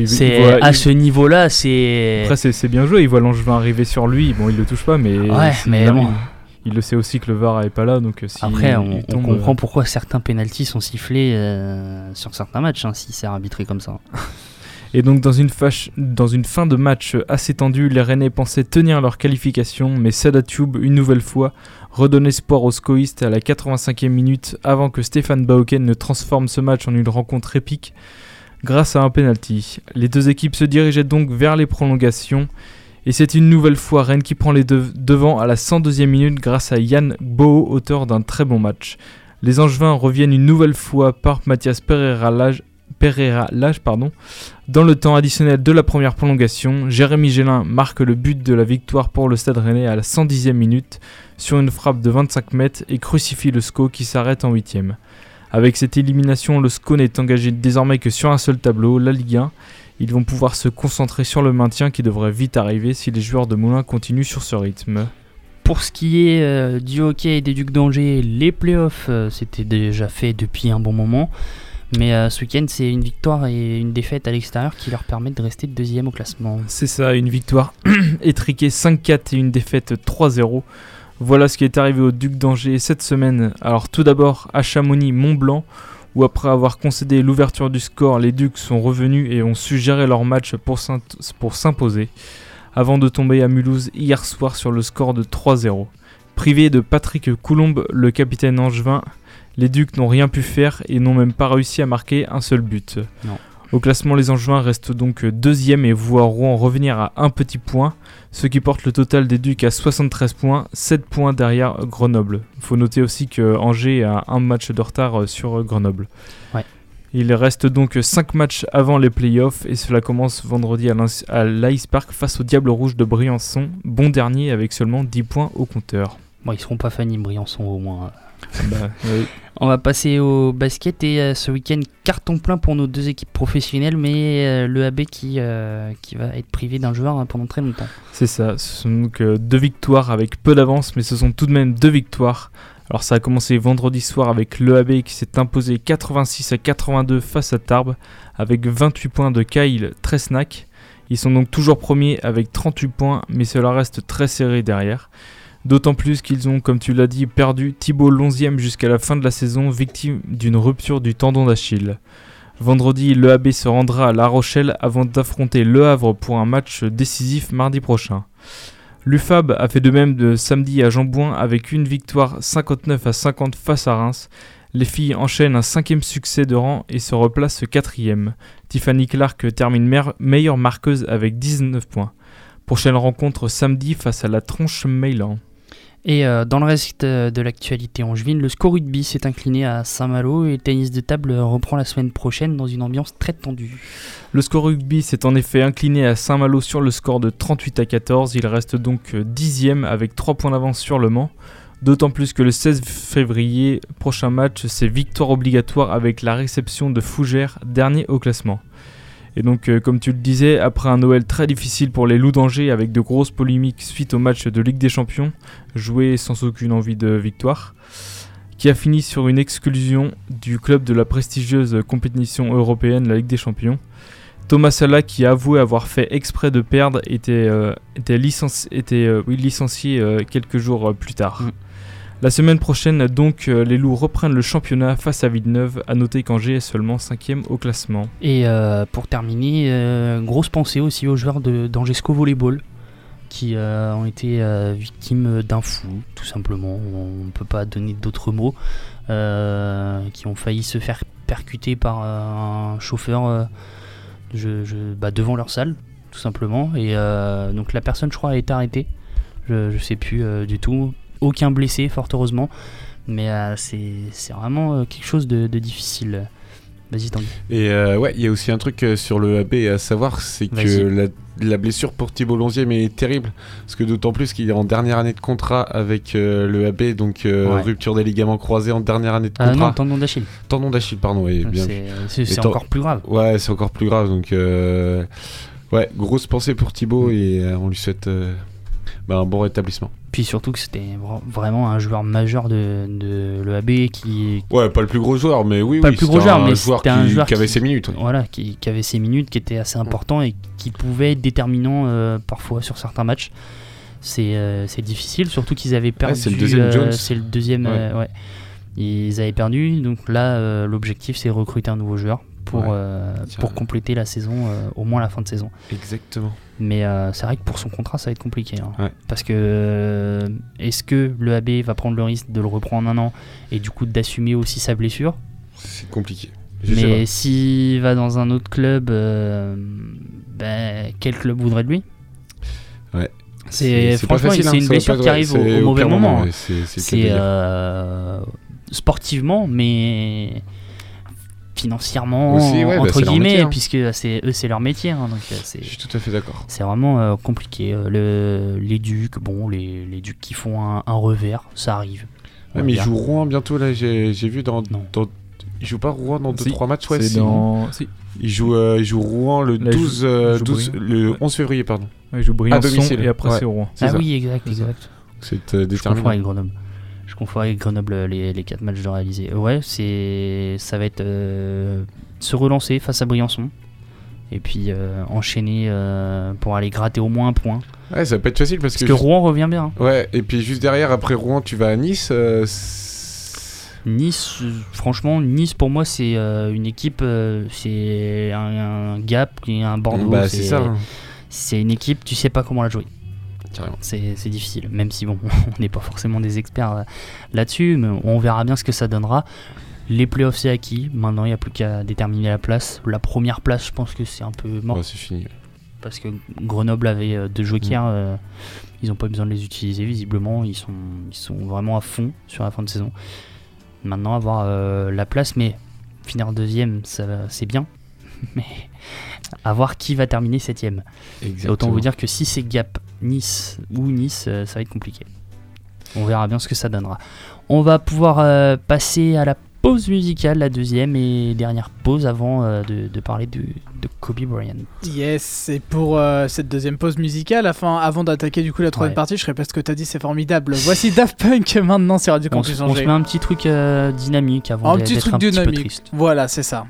Speaker 8: ce niveau-là, c'est...
Speaker 14: Après c'est bien joué, il voit l'Angevin arriver sur lui, bon il le touche pas, mais...
Speaker 8: Ouais, mais bon...
Speaker 14: Il le sait aussi que le VAR n'est pas là, donc si
Speaker 8: après on comprend pourquoi certains pénaltys sont sifflés sur certains matchs, si c'est arbitré comme ça.
Speaker 14: Et donc dans une fin de match assez tendue, les Rennais pensaient tenir leur qualification, mais Sada Thioub, une nouvelle fois, redonne espoir aux scoïstes à la 85e minute avant que Stéphane Bauken ne transforme ce match en une rencontre épique grâce à un penalty. Les deux équipes se dirigeaient donc vers les prolongations et c'est une nouvelle fois Rennes qui prend les devants à la 102e minute grâce à Yann Boho, auteur d'un très bon match. Les Angevins reviennent une nouvelle fois par Mathias Pereira Lage. Dans le temps additionnel de la première prolongation, Jérémy Gélin marque le but de la victoire pour le Stade Rennais à la 110e minute sur une frappe de 25 mètres et crucifie le SCO qui s'arrête en 8e. Avec cette élimination, le SCO n'est engagé désormais que sur un seul tableau, la Ligue 1. Ils vont pouvoir se concentrer sur le maintien qui devrait vite arriver si les joueurs de Moulins continuent sur ce rythme.
Speaker 8: Pour ce qui est du hockey et des Ducs d'Angers, les playoffs, c'était déjà fait depuis un bon moment. Mais ce week-end, c'est une victoire et une défaite à l'extérieur qui leur permettent de rester deuxième au classement.
Speaker 14: C'est ça, une victoire étriquée 5-4 et une défaite 3-0. Voilà ce qui est arrivé aux Ducs d'Angers cette semaine. Alors tout d'abord à Chamonix-Mont-Blanc, où après avoir concédé l'ouverture du score, les Ducs sont revenus et ont su gérer leur match pour s'imposer, avant de tomber à Mulhouse hier soir sur le score de 3-0. Privés de Patrick Coulombe, le capitaine angevin, les Ducs n'ont rien pu faire et n'ont même pas réussi à marquer un seul but.
Speaker 8: Non.
Speaker 14: Au classement, les Angevins restent donc deuxième et voient Rouen revenir à un petit point, ce qui porte le total des Ducs à 73 points, 7 points derrière Grenoble. Il faut noter aussi que Angers a un match de retard sur Grenoble.
Speaker 8: Ouais.
Speaker 14: Il reste donc 5 matchs avant les playoffs et cela commence vendredi à l'Ice Park face au Diable Rouge de Briançon, bon dernier avec seulement 10 points au compteur.
Speaker 8: Bon, ils seront pas fanis, Briançon au moins.
Speaker 14: Oui.
Speaker 8: On va passer au basket et ce week-end carton plein pour nos deux équipes professionnelles, mais le AB qui va être privé d'un joueur pendant très longtemps.
Speaker 14: C'est ça, ce sont donc 2 victoires avec peu d'avance, mais ce sont tout de même 2 victoires. Alors ça a commencé vendredi soir avec le AB qui s'est imposé 86-82 face à Tarbes avec 28 points de Kyle Tresnack. Ils sont donc toujours premiers avec 38 points, mais cela reste très serré derrière. D'autant plus qu'ils ont, comme tu l'as dit, perdu Thibaut Lonzième jusqu'à la fin de la saison, victime d'une rupture du tendon d'Achille. Vendredi, le AB se rendra à La Rochelle avant d'affronter Le Havre pour un match décisif mardi prochain. L'UFAB a fait de même de samedi à Jambouin avec une victoire 59-50 face à Reims. Les filles enchaînent un 5e succès de rang et se replacent 4e. Tiffany Clark termine meilleure marqueuse avec 19 points. Prochaine rencontre samedi face à la Tronche Meylan.
Speaker 8: Et dans le reste de l'actualité angevine, le SCO Rugby s'est incliné à Saint-Malo et le tennis de table reprend la semaine prochaine dans une ambiance très tendue.
Speaker 14: Le SCO Rugby s'est en effet incliné à Saint-Malo sur le score de 38-14. Il reste donc 10e avec 3 points d'avance sur Le Mans. D'autant plus que le 16 février, prochain match, c'est victoire obligatoire avec la réception de Fougères, dernier au classement. Et donc, comme tu le disais, après un Noël très difficile pour les Loups d'Angers avec de grosses polémiques suite au match de Ligue des Champions, joué sans aucune envie de victoire, qui a fini sur une exclusion du club de la prestigieuse compétition européenne, la Ligue des Champions. Thomas Salah, qui a avoué avoir fait exprès de perdre, était licencié quelques jours plus tard. La semaine prochaine, donc, les Loups reprennent le championnat face à Villeneuve. À noter qu'Angers est seulement 5e au classement.
Speaker 8: Et pour terminer, grosse pensée aussi aux joueurs d'Angesco Volleyball qui ont été victimes d'un fou, tout simplement. On ne peut pas donner d'autres mots. Qui ont failli se faire percuter par un chauffeur devant leur salle, tout simplement. Et donc la personne, je crois, a été arrêtée. Je sais plus du tout. Aucun blessé, fort heureusement, mais c'est vraiment quelque chose de difficile. Vas-y, Tanguy.
Speaker 13: Et il y a aussi un truc sur le AB à savoir, c'est que la blessure pour Thibaut Lonzième est terrible, parce que d'autant plus qu'il est en dernière année de contrat avec le AB, donc rupture des ligaments croisés en dernière année de contrat.
Speaker 8: Non, tendon d'Achille.
Speaker 13: Tendon d'Achille, pardon. Oui,
Speaker 8: c'est encore plus grave.
Speaker 13: Ouais, c'est encore plus grave, donc grosse pensée pour Thibaut et on lui souhaite un bon rétablissement.
Speaker 8: Puis surtout que c'était vraiment un joueur majeur de l'EAB qui...
Speaker 13: Ouais, pas le plus gros joueur, mais
Speaker 8: pas le plus gros joueur, mais
Speaker 13: c'était un joueur qui avait ses minutes. Ouais.
Speaker 8: Voilà, qui avait ses minutes, qui était assez important et qui pouvait être déterminant parfois sur certains matchs. C'est difficile, surtout qu'ils avaient perdu...
Speaker 13: c'est le deuxième Jones.
Speaker 8: C'est le deuxième, ouais. Ils avaient perdu, donc là, l'objectif, c'est recruter un nouveau joueur pour compléter la saison, au moins la fin de saison.
Speaker 13: Exactement.
Speaker 8: Mais c'est vrai que pour son contrat, ça va être compliqué. Parce que est-ce que le AB va prendre le risque de le reprendre un an et du coup d'assumer aussi sa blessure ?
Speaker 13: C'est compliqué.
Speaker 8: Mais s'il va dans un autre club, quel club voudrait de lui ?
Speaker 13: Ouais.
Speaker 8: Franchement,
Speaker 13: facile,
Speaker 8: c'est une blessure qui arrive au mauvais moment. C'est sportivement, mais financièrement aussi, entre guillemets, métier, puisque c'est leur métier. Donc
Speaker 13: je suis tout à fait d'accord.
Speaker 8: C'est vraiment compliqué. Les Ducs, les Ducs qui font un revers, ça arrive.
Speaker 13: Ouais, mais ils jouent Rouen bientôt là. J'ai vu ils jouent pas Rouen dans 2-3 matchs. Ouais, si. Ils jouent Rouen le 11 février, pardon.
Speaker 14: Ouais, ils jouent Briançon et après c'est Rouen.
Speaker 8: Oui, exact.
Speaker 13: C'est déterminant.
Speaker 8: Je confonds avec Grenoble les 4 matchs de réaliser. Ouais, ça va être se relancer face à Briançon et puis enchaîner pour aller gratter au moins un point.
Speaker 13: Ouais, ça va pas être facile parce que
Speaker 8: Rouen revient bien.
Speaker 13: Ouais, et puis juste derrière, après Rouen, tu vas à Nice.
Speaker 8: Nice, franchement, Nice pour moi c'est une équipe, c'est un Gap et un Bordeaux.
Speaker 13: C'est ça.
Speaker 8: C'est une équipe, tu sais pas comment la jouer. C'est difficile, même si on n'est pas forcément des experts là-dessus, mais on verra bien ce que ça donnera. Les playoffs c'est acquis, maintenant il n'y a plus qu'à déterminer la place. La première place, je pense que c'est un peu mort.
Speaker 13: Ouais, c'est fini.
Speaker 8: Parce que Grenoble avait 2 jokers, ils n'ont pas besoin de les utiliser visiblement, ils sont vraiment à fond sur la fin de saison. Maintenant avoir la place, mais finir 2ème c'est bien, mais à voir qui va terminer 7ème. Autant vous dire que si c'est Gap, Nice, ça va être compliqué. On verra bien ce que ça donnera. On va pouvoir passer à la pause musicale, la deuxième et dernière pause avant de parler de Kobe Bryant.
Speaker 9: Yes, et pour cette deuxième pause musicale, avant d'attaquer du coup la troisième partie, je répète ce que tu as dit, c'est formidable. Voici Daft Punk maintenant sur Radio Campus Angers.
Speaker 8: On se met un petit truc dynamique avant d'être un petit peu triste.
Speaker 9: Voilà, c'est ça.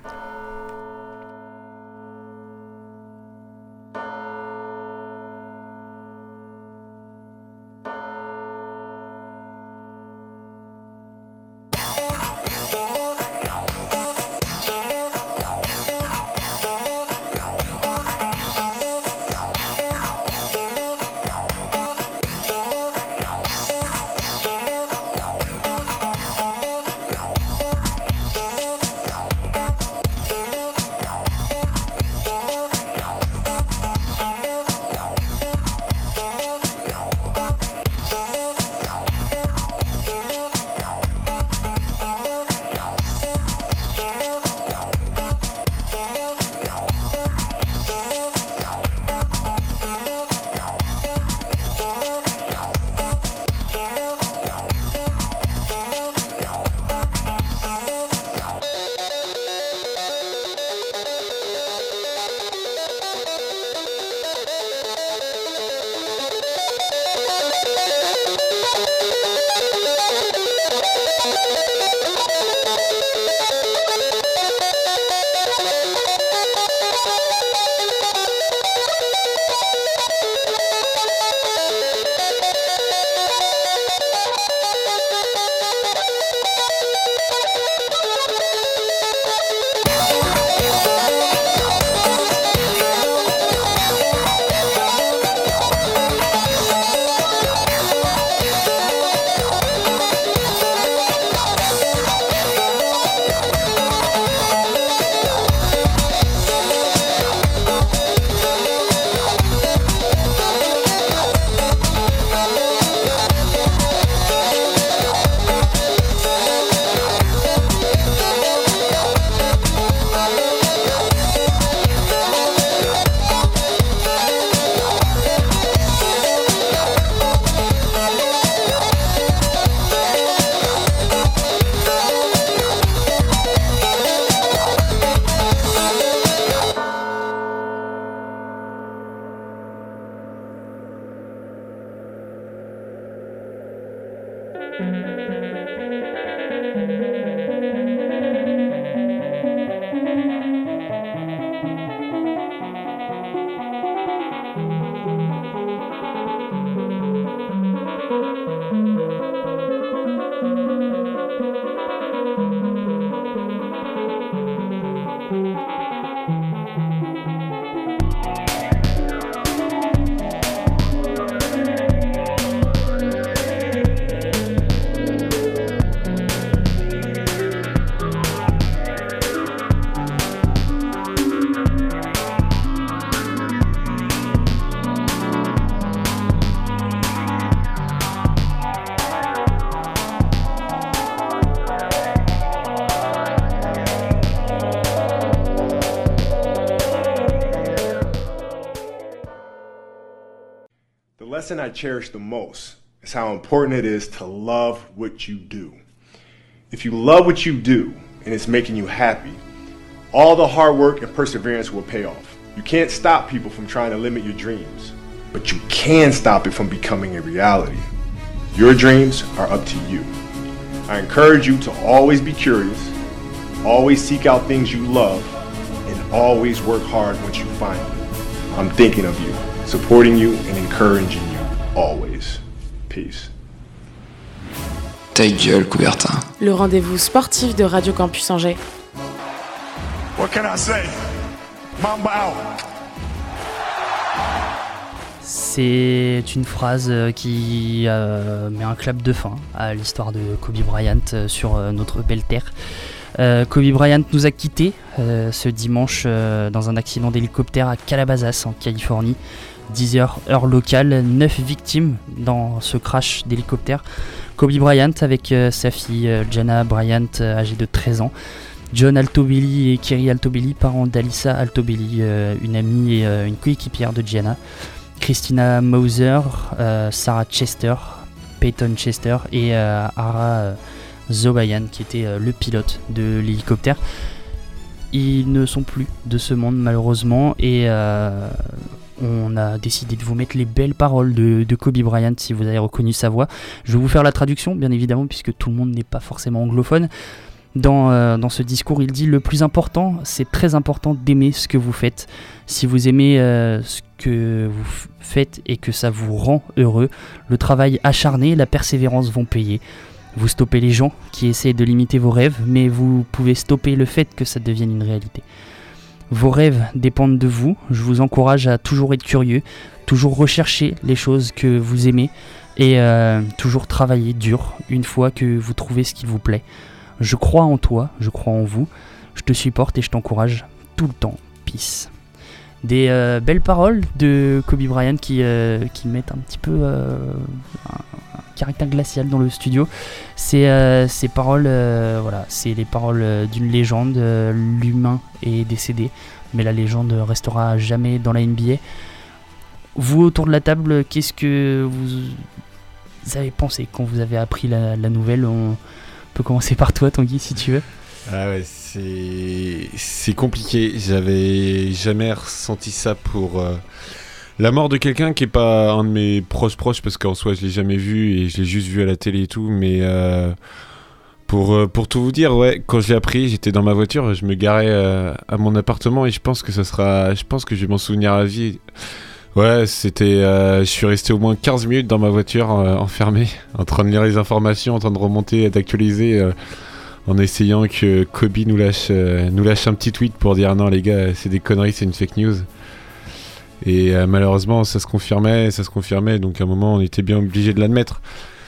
Speaker 20: The lesson I cherish the most is how important it is to love what you do. If you love what you do and it's making you happy, all the hard work and perseverance will pay off. You can't stop people from trying to limit your dreams, but you can stop it from becoming a reality. Your dreams are up to you. I encourage you to always be curious, always seek out things you love, and always work hard once you find it. I'm thinking of you, supporting you and encouraging you always. Peace.
Speaker 1: Ta gueule, Coubertin.
Speaker 17: Le rendez-vous sportif de Radio Campus Angers.
Speaker 20: What can I say? Mamba out.
Speaker 8: C'est une phrase qui met un clap de fin à l'histoire de Kobe Bryant sur notre belle terre. Kobe Bryant nous a quittés ce dimanche dans un accident d'hélicoptère à Calabasas en Californie. 10h heure locale, 9 victimes dans ce crash d'hélicoptère. Kobe Bryant avec sa fille Jana Bryant âgée de 13 ans. John Altobelli et Kerry Altobelli, parents d'Alyssa Altobelli, une amie et une coéquipière de Gianna. Christina Mauser, Sarah Chester, Peyton Chester et Ara Zobayan qui était le pilote de l'hélicoptère. Ils ne sont plus de ce monde malheureusement et on a décidé de vous mettre les belles paroles de Kobe Bryant si vous avez reconnu sa voix. Je vais vous faire la traduction bien évidemment puisque tout le monde n'est pas forcément anglophone. Dans ce discours, il dit « Le plus important, c'est très important d'aimer ce que vous faites. Si vous aimez ce que vous faites et que ça vous rend heureux, le travail acharné et la persévérance vont payer. Vous stoppez les gens qui essaient de limiter vos rêves, mais vous pouvez stopper le fait que ça devienne une réalité. Vos rêves dépendent de vous. Je vous encourage à toujours être curieux, toujours rechercher les choses que vous aimez et toujours travailler dur une fois que vous trouvez ce qui vous plaît. Je crois en toi, je crois en vous, je te supporte et je t'encourage tout le temps. Peace. » Des belles paroles de Kobe Bryant qui mettent un petit peu un caractère glacial dans le studio. Ces paroles, voilà, c'est les paroles d'une légende. L'humain est décédé, mais la légende restera jamais dans la NBA. Vous, autour de la table, qu'est-ce que vous avez pensé quand vous avez appris la nouvelle ? On peut commencer par toi, Tanguy, si tu veux.
Speaker 13: Ah ouais, c'est compliqué. J'avais jamais ressenti ça pour la mort de quelqu'un qui est pas un de mes proches parce qu'en soi je l'ai jamais vu et je l'ai juste vu à la télé et tout. Mais pour tout vous dire, ouais, quand je l'ai appris, j'étais dans ma voiture, je me garais à mon appartement et je pense que je vais m'en souvenir à vie. Ouais, c'était. Je suis resté au moins 15 minutes dans ma voiture enfermé, en train de lire les informations, en train de remonter et d'actualiser, en essayant que Kobe nous lâche un petit tweet pour dire non les gars, c'est des conneries, c'est une fake news. Et malheureusement, ça se confirmait, donc à un moment, on était bien obligé de l'admettre.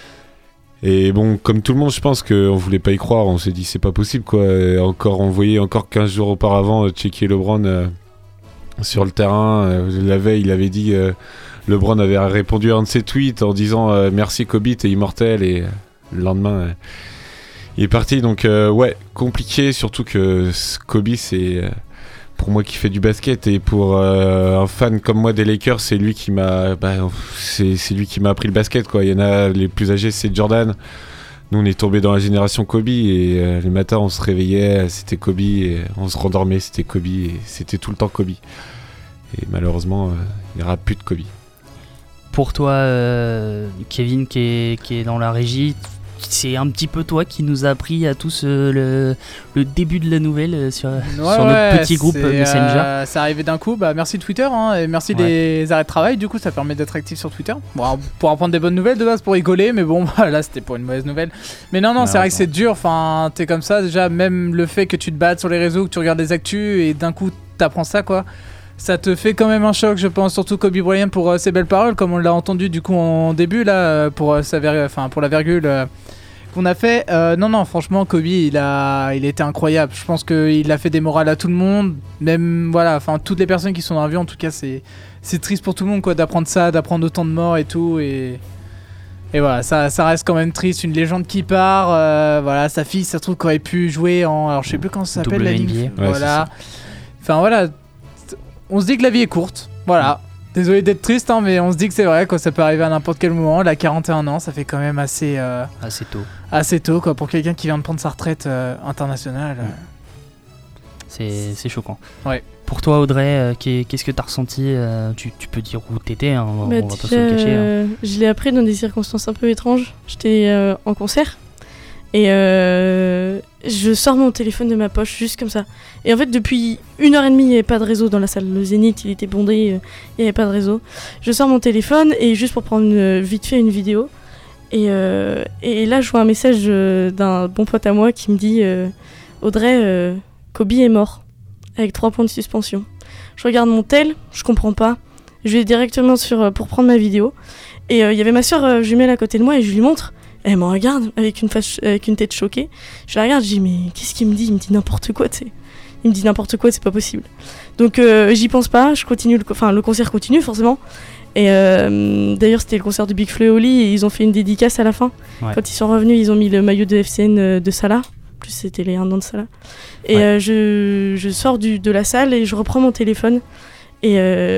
Speaker 13: Et bon, comme tout le monde, je pense qu'on voulait pas y croire, on s'est dit c'est pas possible quoi. On voyait encore 15 jours auparavant checker LeBron sur le terrain. La veille, il avait dit, LeBron avait répondu à un de ses tweets en disant merci Kobe, t'es immortel, et le lendemain il est parti. Donc ouais, compliqué, surtout que Kobe c'est pour moi qui fait du basket et pour un fan comme moi des Lakers, c'est lui qui m'a c'est lui qui m'a appris le basket quoi. Il y en a les plus âgés, c'est Jordan. Nous on est tombé dans la génération Kobe et les matins on se réveillait, c'était Kobe, et on se rendormait, c'était Kobe, et c'était tout le temps Kobe. Et malheureusement il n'y aura plus de Kobe.
Speaker 8: Pour toi Kevin qui est dans la régie, c'est un petit peu toi qui nous a appris à tous le début de la nouvelle sur notre petit groupe Messenger.
Speaker 9: C'est arrivé d'un coup, merci Twitter et merci des arrêts de travail, du coup ça permet d'être actif sur Twitter. Bon, pour apprendre des bonnes nouvelles de base, pour rigoler, mais bon là c'était pour une mauvaise nouvelle. Mais non, c'est vrai que c'est dur, enfin t'es comme ça déjà, même le fait que tu te battes sur les réseaux, que tu regardes les actus et d'un coup t'apprends ça quoi. Ça te fait quand même un choc, je pense, surtout Kobe Bryant pour ses belles paroles, comme on l'a entendu du coup en début là, pour la virgule qu'on a fait. Non, franchement, Kobe, il était incroyable. Je pense qu'il a fait des morales à tout le monde, même toutes les personnes qui sont dans la vie. En tout cas, c'est triste pour tout le monde quoi, d'apprendre ça, d'apprendre autant de morts et tout. Et voilà, ça reste quand même triste. Une légende qui part. Sa fille, ça se trouve, qu'aurait pu jouer en, alors je sais plus comment ça s'appelle la ligue. Voilà. Enfin voilà. On se dit que la vie est courte, voilà. Désolé d'être triste, mais on se dit que c'est vrai, quoi. Ça peut arriver à n'importe quel moment. Elle a 41 ans, ça fait quand même assez
Speaker 8: tôt.
Speaker 9: Assez tôt, quoi, pour quelqu'un qui vient de prendre sa retraite internationale.
Speaker 8: C'est choquant.
Speaker 9: Ouais.
Speaker 8: Pour toi, Audrey, qu'est-ce que t'as ressenti tu peux dire où t'étais, on va pas se le cacher.
Speaker 10: Je l'ai appris dans des circonstances un peu étranges. J'étais en concert. Et je sors mon téléphone de ma poche juste comme ça. Et en fait depuis 1h30 il n'y avait pas de réseau dans la salle. Le Zénith il était bondé, il n'y avait pas de réseau. Je sors mon téléphone et juste pour prendre vite fait une vidéo. Et là je vois un message d'un bon pote à moi qui me dit Audrey, Kobe est mort. Avec 3 points de suspension. Je regarde mon tel, je comprends pas. Je vais directement pour prendre ma vidéo. Et il y avait ma soeur jumelle à côté de moi et je lui montre. Elle me regarde avec une tête choquée. Je la regarde, je dis mais qu'est-ce qu'il me dit ? Il me dit n'importe quoi, tu sais. Il me dit n'importe quoi, c'est pas possible. Donc j'y pense pas, je continue, le concert continue forcément. Et d'ailleurs c'était le concert de Big Flo et Oli et ils ont fait une dédicace à la fin. Ouais. Quand ils sont revenus, ils ont mis le maillot de FCN de Salah. En plus c'était les 1 an de Salah. Et je sors de la salle et je reprends mon téléphone. Et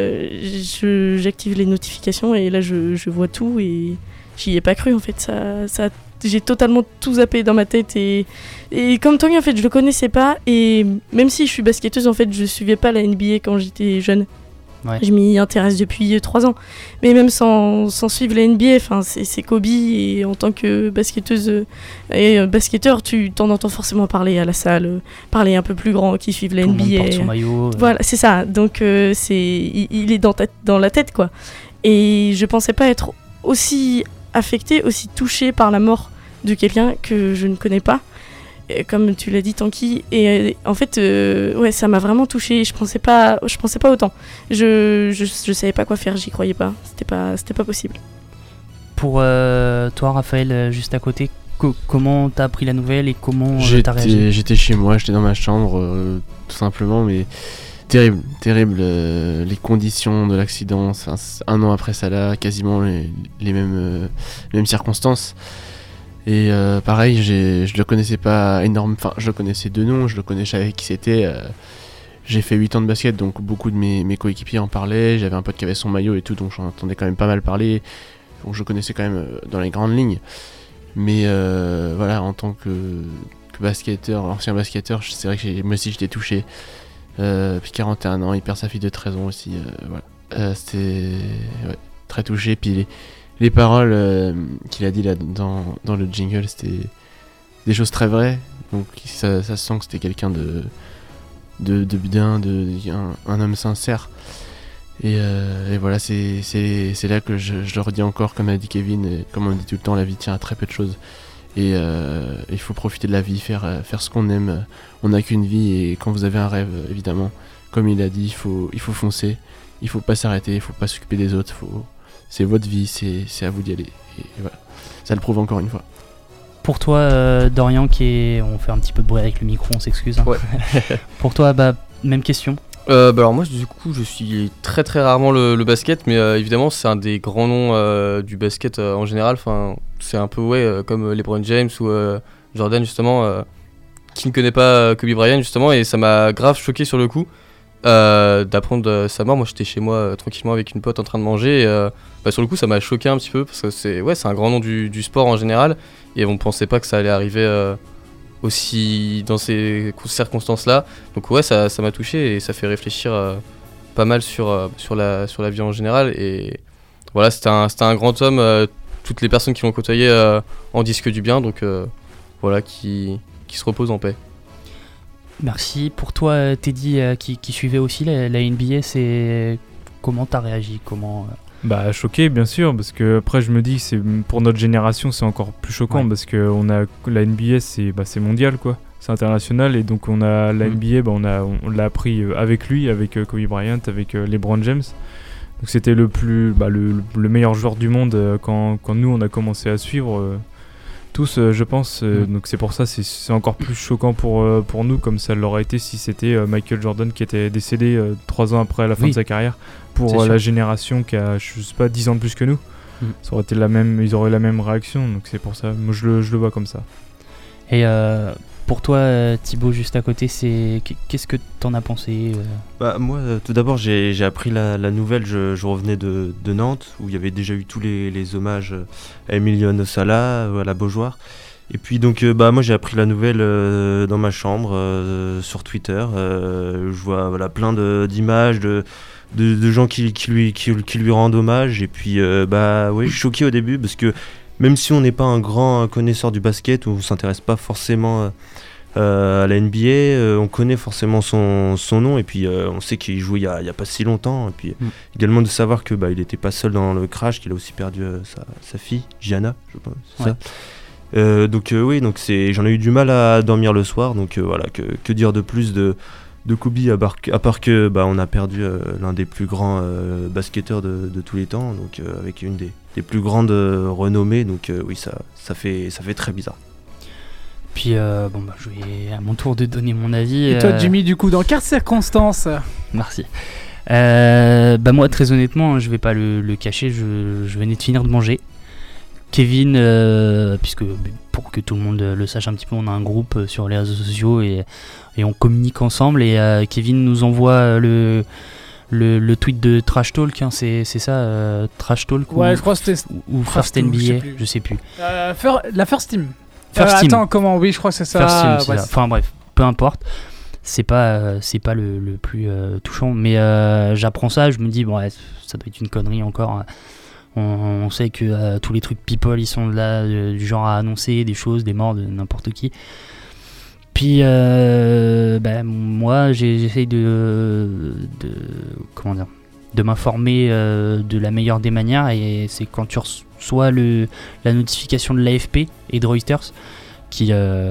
Speaker 10: j'active les notifications et là je vois tout et j'y ai pas cru en fait. J'ai totalement tout zappé dans ma tête et comme Tanguy en fait je le connaissais pas et même si je suis basketteuse en fait je suivais pas la NBA quand j'étais jeune. Ouais. Je m'y intéresse depuis 3 ans. Mais même sans suivre la NBA, c'est Kobe et en tant que basketteuse et basketteur, tu t'en entends forcément parler à la salle, parler un peu plus grand qui suivent la NBA.
Speaker 8: Tout le monde porte son maillot.
Speaker 10: Voilà, c'est ça. Donc il est dans la tête quoi. Et je pensais pas être aussi affectée, aussi touchée par la mort de quelqu'un que je ne connais pas. Comme tu l'as dit Tanguy, et en fait ça m'a vraiment touchée. Je pensais pas autant. Je savais pas quoi faire, j'y croyais pas. C'était pas possible.
Speaker 8: Pour toi Raphaël, juste à côté, comment t'as appris la nouvelle et comment t'as réagi?
Speaker 11: J'étais chez moi, j'étais dans ma chambre tout simplement, mais terrible les conditions de l'accident. 1 an après ça là, quasiment les mêmes circonstances. Et pareil, je le connaissais pas énorme, je le connaissais de nom, je savais qui c'était. J'ai fait 8 ans de basket, donc beaucoup de mes coéquipiers en parlaient. J'avais un pote qui avait son maillot et tout, donc j'en entendais quand même pas mal parler. Donc je connaissais quand même dans les grandes lignes. Mais voilà, en tant que basketteur, ancien basketteur, c'est vrai que moi aussi j'étais touché. Puis 41 ans, il perd sa fille de 13 ans aussi. Voilà. C'était très touché. Puis les paroles qu'il a dit là dans le jingle, c'était des choses très vraies. Donc ça se sent que c'était quelqu'un de bien, un homme sincère. Et voilà, c'est là que je le redis encore, comme a dit Kevin, et comme on dit tout le temps, la vie tient à très peu de choses. Et il faut profiter de la vie, faire ce qu'on aime. On n'a qu'une vie, et quand vous avez un rêve, évidemment, comme il a dit, il faut foncer. Il faut pas s'arrêter, il faut pas s'occuper des autres. C'est votre vie, c'est à vous d'y aller. Et voilà, ça le prouve encore une fois.
Speaker 8: Pour toi, Dorian, on fait un petit peu de bruit avec le micro, on s'excuse. Hein.
Speaker 12: Ouais.
Speaker 8: Pour toi, même question.
Speaker 12: Alors moi, du coup, je suis très très rarement le basket, mais évidemment, c'est un des grands noms du basket en général. Enfin, c'est un peu comme LeBron James ou Jordan justement, qui ne connaît pas Kobe Bryant justement, et ça m'a grave choqué sur le coup. D'apprendre sa mort. Moi j'étais chez moi tranquillement avec une pote en train de manger et sur le coup ça m'a choqué un petit peu parce que c'est un grand nom du sport en général et on pensait pas que ça allait arriver aussi dans ces circonstances là, donc ça m'a touché et ça fait réfléchir pas mal sur la vie en général. Et voilà, c'était un grand homme toutes les personnes qui l'ont côtoyé en disent que du bien, donc voilà, qui se repose en paix.
Speaker 8: Merci. Pour toi, Teddy, qui suivait aussi la NBA, comment t'as réagi?
Speaker 14: Bah, choqué, bien sûr, parce que après je me dis que pour notre génération c'est encore plus choquant, parce que la NBA c'est mondial, quoi. C'est international, et donc on a la NBA, on l'a appris avec lui, avec Kobe Bryant, avec LeBron James. Donc c'était le meilleur joueur du monde quand nous on a commencé à suivre tous, je pense. Donc c'est pour ça c'est encore plus choquant pour nous, comme ça l'aurait été si c'était Michael Jordan qui était décédé 3 ans après la fin de sa carrière. Pour la génération qui a, je sais pas, 10 ans de plus que nous, ça aurait été ils auraient la même réaction. Donc c'est pour ça, moi je le vois comme ça.
Speaker 8: Et pour toi, Thibaut, juste à côté, qu'est-ce que t'en as pensé?
Speaker 15: Moi, tout d'abord, j'ai appris la nouvelle. Je revenais de Nantes, où il y avait déjà eu tous les hommages à Emiliano Sala, à la Beaujoire. Et puis donc, moi, j'ai appris la nouvelle dans ma chambre, sur Twitter. Je vois plein d'images de gens qui lui rendent hommage. Et puis, je suis choqué au début, parce que même si on n'est pas un grand connaisseur du basket, ou on ne s'intéresse pas forcément à la NBA, on connaît forcément son nom, et puis on sait qu'il joue il y a pas si longtemps. Et puis également de savoir que il n'était pas seul dans le crash, qu'il a aussi perdu sa fille, Gianna, je pense, c'est ça. Donc j'en ai eu du mal à dormir le soir. Donc voilà, que dire de plus de Kobe, à part que on a perdu l'un des plus grands basketteurs de tous les temps, donc avec une des plus grandes renommées. Donc oui, ça fait très bizarre.
Speaker 8: Puis je vais à mon tour de donner mon avis.
Speaker 9: Et toi, Jimmy, du coup, dans quelles circonstances?
Speaker 8: Merci. Moi, très honnêtement, je vais pas le cacher, je venais de finir de manger. Kevin, puisque pour que tout le monde le sache un petit peu, on a un groupe sur les réseaux sociaux et on communique ensemble, et Kevin nous envoie le tweet de Trash Talk, hein, c'est ça, Trash Talk,
Speaker 9: je crois que c'était
Speaker 8: ou First NBA, je sais plus.
Speaker 9: La First Team.
Speaker 8: Team.
Speaker 9: Attends, comment? Oui, je crois que c'est ça.
Speaker 8: First Team, c'est ça. Enfin bref, peu importe. C'est pas le plus touchant, mais j'apprends ça, je me dis ça doit être une connerie encore. On sait que tous les trucs people, ils sont là du genre à annoncer des choses, des morts de n'importe qui. Puis moi j'essaye de m'informer de la meilleure des manières, et c'est quand tu reçois la notification de l'AFP et de Reuters qui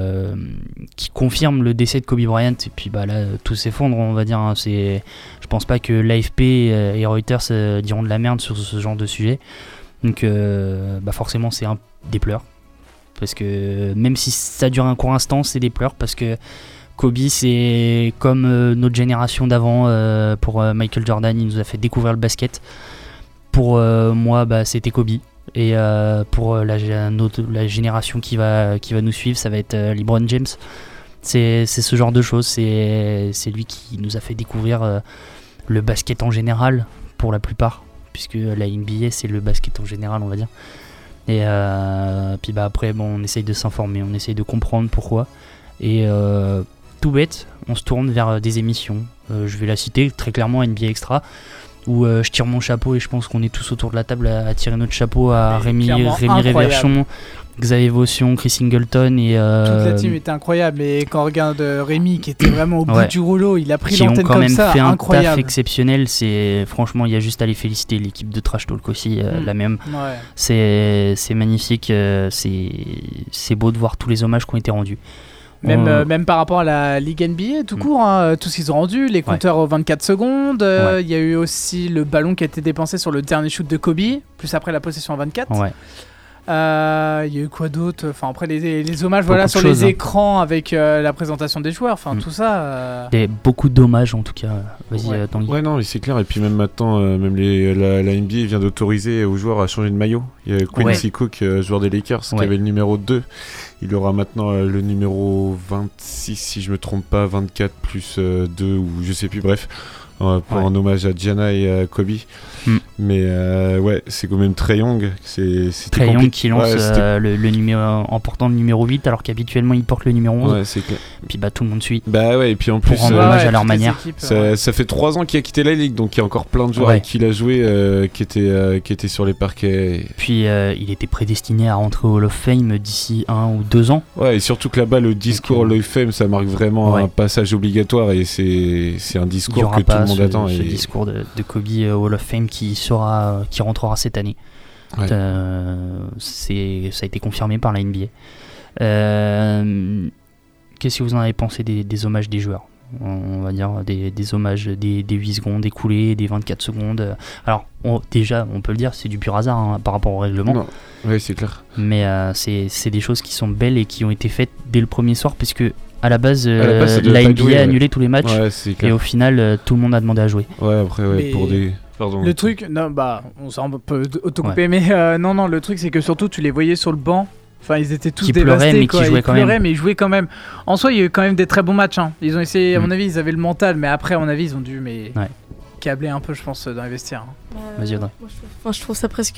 Speaker 8: confirme le décès de Kobe Bryant, et puis là tout s'effondre, on va dire, hein. Je pense pas que l'AFP et Reuters diront de la merde sur ce genre de sujet, donc forcément c'est des pleurs, parce que même si ça dure un court instant, c'est des pleurs, parce que Kobe, c'est comme notre génération d'avant. Pour Michael Jordan, il nous a fait découvrir le basket. Pour moi, c'était Kobe. Et pour la génération qui va nous suivre, ça va être LeBron James. C'est ce genre de choses. C'est lui qui nous a fait découvrir le basket en général, pour la plupart, puisque la NBA, c'est le basket en général, on va dire. Et puis après, on essaye de s'informer, on essaye de comprendre pourquoi. Et tout bête, on se tourne vers des émissions. Je vais la citer très clairement, NBA Extra, où je tire mon chapeau, et je pense qu'on est tous autour de la table à tirer notre chapeau à Rémi Réverchon, Xavier Vaution, Chris Singleton et
Speaker 9: toute la team était incroyable. Et quand on regarde Rémi qui était vraiment au bout du rouleau, il a pris l'antenne comme ça,
Speaker 8: fait
Speaker 9: incroyable.
Speaker 8: Un taf exceptionnel. Franchement, il y a juste à les féliciter. L'équipe de Trash Talk aussi, la même.
Speaker 9: Ouais.
Speaker 8: C'est magnifique. C'est beau de voir tous les hommages qui ont été rendus.
Speaker 9: Même par rapport à la Ligue NBA tout court, hein, tout ce qu'ils ont rendu, les compteurs aux 24 secondes, il y a eu aussi le ballon qui a été dépensé sur le dernier shoot de Kobe, plus après la possession à 24. Il y a eu quoi d'autre? Enfin, après les hommages sur les écrans avec la présentation des joueurs, tout ça.
Speaker 8: Il y a beaucoup d'hommages en tout cas. Vas-y, Tanguy.
Speaker 13: Ouais, non, c'est clair. Et puis même maintenant, même la NBA vient d'autoriser aux joueurs à changer de maillot. Il y a Quincy Cook, joueur des Lakers, qui avait le numéro 2. Il aura maintenant le numéro 26, si je me trompe pas, 24 plus 2 ou je sais plus, bref. Pour un hommage à Gianna et à Kobe. Mais ouais, c'est quand même Trae Young.
Speaker 8: Trae Young qui lance le numéro, en portant le numéro 8, alors qu'habituellement il porte le numéro 11.
Speaker 13: Ouais, c'est clair.
Speaker 8: Puis tout le monde suit.
Speaker 13: Bah ouais, et puis en plus,
Speaker 8: pour rendre hommage à leur manière.
Speaker 13: Équipes, ça fait 3 ans qu'il a quitté la ligue, donc il y a encore plein de joueurs avec qui il a joué qui étaient sur les parquets.
Speaker 8: Puis il était prédestiné à rentrer au Hall of Fame d'ici 1 ou 2 ans.
Speaker 13: Ouais, et surtout que là-bas, le discours Hall of Fame, ça marque vraiment un passage obligatoire, et c'est un discours que tout le monde attend.
Speaker 8: Ce discours de Kobe au Hall of Fame qui rentrera cette année. Ouais. Ça a été confirmé par la NBA. Qu'est-ce que vous en avez pensé des hommages des joueurs ? On va dire des hommages des 8 secondes écoulées, des 24 secondes. Alors déjà, on peut le dire, c'est du pur hasard par rapport au règlement.
Speaker 13: Oui, c'est clair.
Speaker 8: Mais c'est des choses qui sont belles et qui ont été faites dès le premier soir, puisque à la base la NBA a annulé tous les matchs, et au final tout le monde a demandé à jouer.
Speaker 13: Ouais, après pour des... Pardon.
Speaker 9: Le truc, on peut autocouper, mais non, le truc c'est que surtout tu les voyais sur le banc. Enfin, ils étaient tous dévastés,
Speaker 8: mais qui jouaient quand même.
Speaker 9: Mais ils jouaient quand même. En soi, il y a eu quand même des très bons matchs. Hein. Ils ont essayé, à mon avis, ils avaient le mental, mais après, à mon avis, ils ont dû câbler un peu, je pense, dans les vestiaires.
Speaker 8: Vas-y, Audrey.
Speaker 10: Je trouve ça presque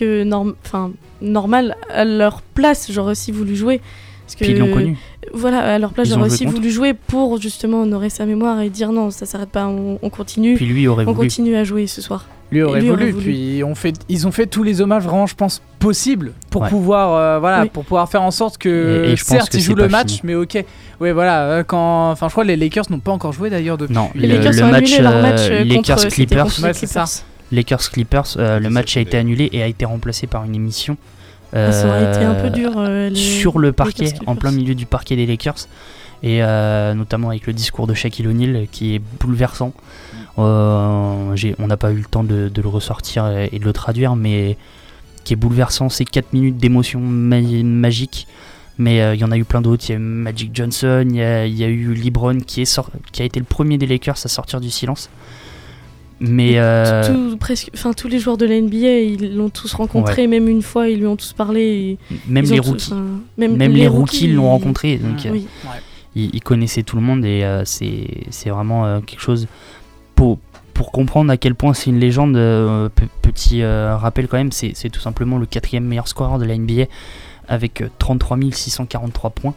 Speaker 10: normal à leur place. J'aurais aussi voulu jouer. Parce que,
Speaker 8: puis ils l'ont connu.
Speaker 10: Voilà, à leur place, j'aurais aussi voulu jouer pour justement honorer sa mémoire et dire non, ça s'arrête pas, on continue.
Speaker 8: Puis lui aurait voulu.
Speaker 10: On continue à jouer ce soir.
Speaker 9: Lui aurait voulu. Puis ils ont fait tous les hommages vraiment, je pense, possibles pour pouvoir pour pouvoir faire en sorte que
Speaker 8: et
Speaker 9: certes ils jouent le match,
Speaker 8: fini.
Speaker 9: Mais ok. Ouais, voilà. Je crois que les Lakers n'ont pas encore joué d'ailleurs depuis.
Speaker 8: Non,
Speaker 10: les Lakers ont annulé leur match
Speaker 8: Lakers Clippers.
Speaker 10: C'est ça.
Speaker 8: Lakers Clippers, le match a été annulé et a été remplacé par une émission.
Speaker 10: Ça aurait été un peu dur
Speaker 8: sur le parquet, en plein milieu du parquet des Lakers, et notamment avec le discours de Shaquille O'Neal qui est bouleversant. On n'a pas eu le temps de le ressortir et de le traduire, mais qui est bouleversant. C'est 4 minutes d'émotion magique, mais il y en a eu plein d'autres. Il y a eu Magic Johnson, il y a eu LeBron qui a été le premier des Lakers à sortir du silence. Mais
Speaker 10: tous les joueurs de la NBA, ils l'ont tous rencontré, même une fois, ils lui ont tous parlé.
Speaker 8: Même les rookies. Même les rookies l'ont rencontré. Donc, ils connaissaient tout le monde, et c'est vraiment quelque chose pour comprendre à quel point c'est une légende. Petit rappel quand même, c'est tout simplement le 4e meilleur scoreur de la NBA avec 33 643 points.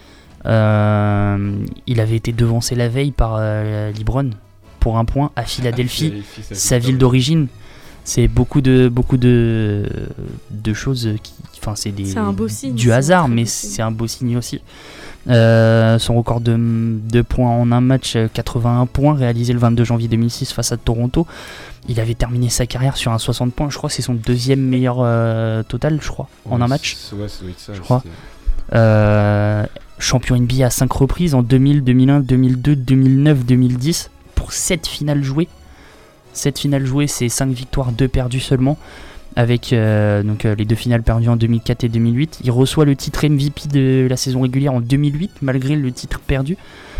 Speaker 8: Il avait été devancé la veille par LeBron pour un point à Philadelphie, sa ville d'origine. C'est beaucoup de choses c'est
Speaker 10: un beau signe,
Speaker 8: du hasard, mais c'est un beau signe aussi. Son record de points en un match, 81 points, réalisé le 22 janvier 2006 face à Toronto. Il avait terminé sa carrière sur un 60 points. Je crois que c'est son 2e meilleur total, je crois, en un match.
Speaker 13: Ouais, ça doit être ça,
Speaker 8: je crois. Champion NBA à 5 reprises, en 2000, 2001, 2002, 2009, 2010, pour 7 finales jouées. 7 finales jouées, c'est 5 victoires, 2 perdues seulement, avec les 2 finales perdues en 2004 et 2008. Il reçoit le titre MVP de la saison régulière en 2008, malgré le titre perdu.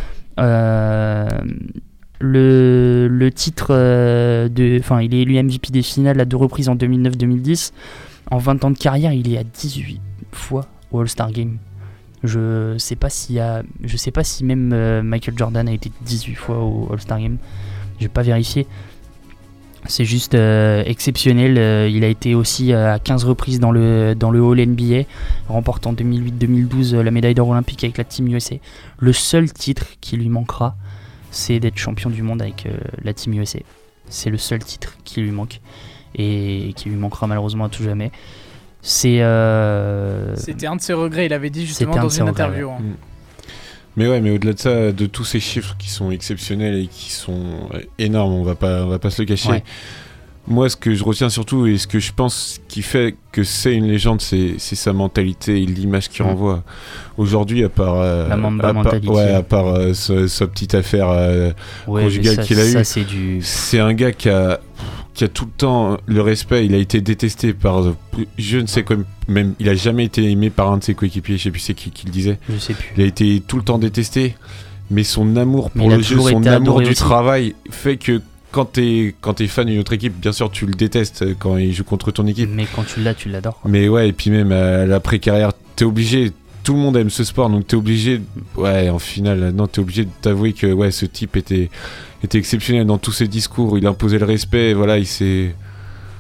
Speaker 8: Le titre il est élu MVP des finales à 2 reprises en 2009-2010. En 20 ans de carrière, il est à 18 fois au All-Star Game. Je sais pas si même Michael Jordan a été 18 fois au All-Star Game. J'ai pas vérifié. C'est juste exceptionnel. Il a été aussi à 15 reprises dans le All NBA, remportant en 2008-2012 la médaille d'or olympique avec la Team USA. Le seul titre qui lui manquera, c'est d'être champion du monde avec la Team USA. C'est le seul titre qui lui manque et qui lui manquera malheureusement à tout jamais. C'était
Speaker 9: un de ses regrets, il avait dit justement dans une interview.
Speaker 13: Ouais. Mais au-delà de ça, de tous ces chiffres qui sont exceptionnels et qui sont énormes, on va pas se le cacher. Ouais. Moi, ce que je retiens surtout et ce que je pense qui fait que c'est une légende, c'est sa mentalité et l'image qu'il renvoie. Aujourd'hui, à part
Speaker 8: la Mamba mentalité.
Speaker 13: À part sa petite affaire conjugale qu'il a eue, c'est un gars qui a tout le temps le respect. Il a été détesté par je ne sais quoi, même il a jamais été aimé par un de ses coéquipiers. Je sais plus c'est qui le disait.
Speaker 8: Je sais plus.
Speaker 13: Il a été tout le temps détesté, mais son amour pour le jeu, son amour du travail fait que quand t'es fan d'une autre équipe, bien sûr tu le détestes quand il joue contre ton équipe.
Speaker 8: Mais quand tu l'as, tu l'adores.
Speaker 13: Mais ouais, et puis même à l'après-carrière, t'es obligé. Tout le monde aime ce sport, donc t'es obligé. Ouais, en finale, non, t'es obligé de t'avouer que ce type était exceptionnel dans tous ses discours. Il imposait le respect. Voilà, il s'est.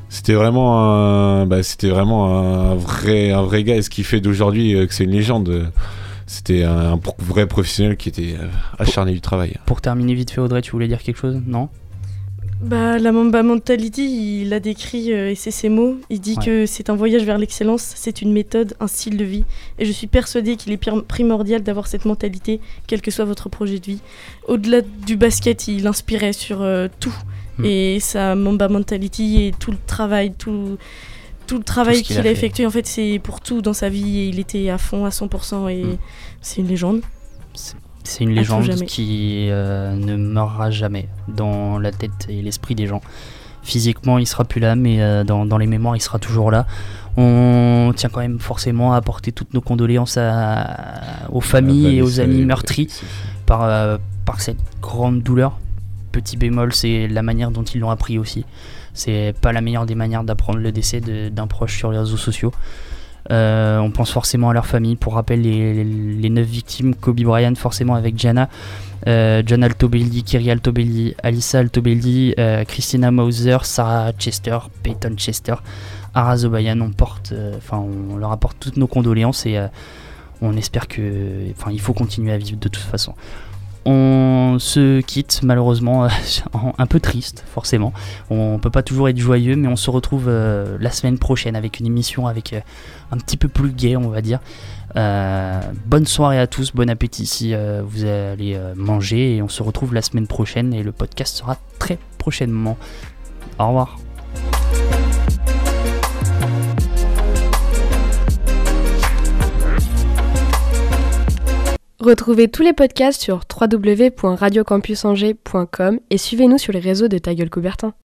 Speaker 13: C'était vraiment un vrai gars, et ce qui fait d'aujourd'hui que c'est une légende. C'était un vrai professionnel qui était acharné du travail.
Speaker 8: Pour terminer vite fait, Audrey, tu voulais dire quelque chose? Non?
Speaker 10: Bah, la Mamba Mentality, il a décrit, et c'est ses mots, il dit que c'est un voyage vers l'excellence, c'est une méthode, un style de vie, et je suis persuadé qu'il est primordial d'avoir cette mentalité, quel que soit votre projet de vie. Au-delà du basket, il inspirait sur tout, et sa Mamba Mentality et tout le travail, tout le travail qu'il a effectué, en fait, c'est pour tout dans sa vie, et il était à fond, à 100%, et c'est une légende.
Speaker 8: C'est une légende qui ne meurra jamais dans la tête et l'esprit des gens. Physiquement, il sera plus là, mais dans les mémoires, il sera toujours là. On tient quand même forcément à apporter toutes nos condoléances aux familles et aux amis meurtris par cette grande douleur. Petit bémol, c'est la manière dont ils l'ont appris aussi. C'est pas la meilleure des manières d'apprendre le décès d'un proche sur les réseaux sociaux. On pense forcément à leur famille. Pour rappel, les 9 victimes, Kobe Bryant forcément avec Gianna Altobelli, Kyrie Altobelli, Alyssa Altobelli, Christina Mauser, Sarah Chester, Peyton Chester, Ara Zobayan. On leur apporte toutes nos condoléances et on espère il faut continuer à vivre de toute façon. On se quitte malheureusement un peu triste forcément. On peut pas toujours être joyeux, mais on se retrouve la semaine prochaine avec une émission avec un petit peu plus gai, on va dire. Bonne soirée à tous, bon appétit si vous allez manger, et on se retrouve la semaine prochaine et le podcast sera très prochainement. Au revoir.
Speaker 16: Retrouvez tous les podcasts sur www.radiocampusangers.com et suivez-nous sur les réseaux de Ta Gueule Coubertin.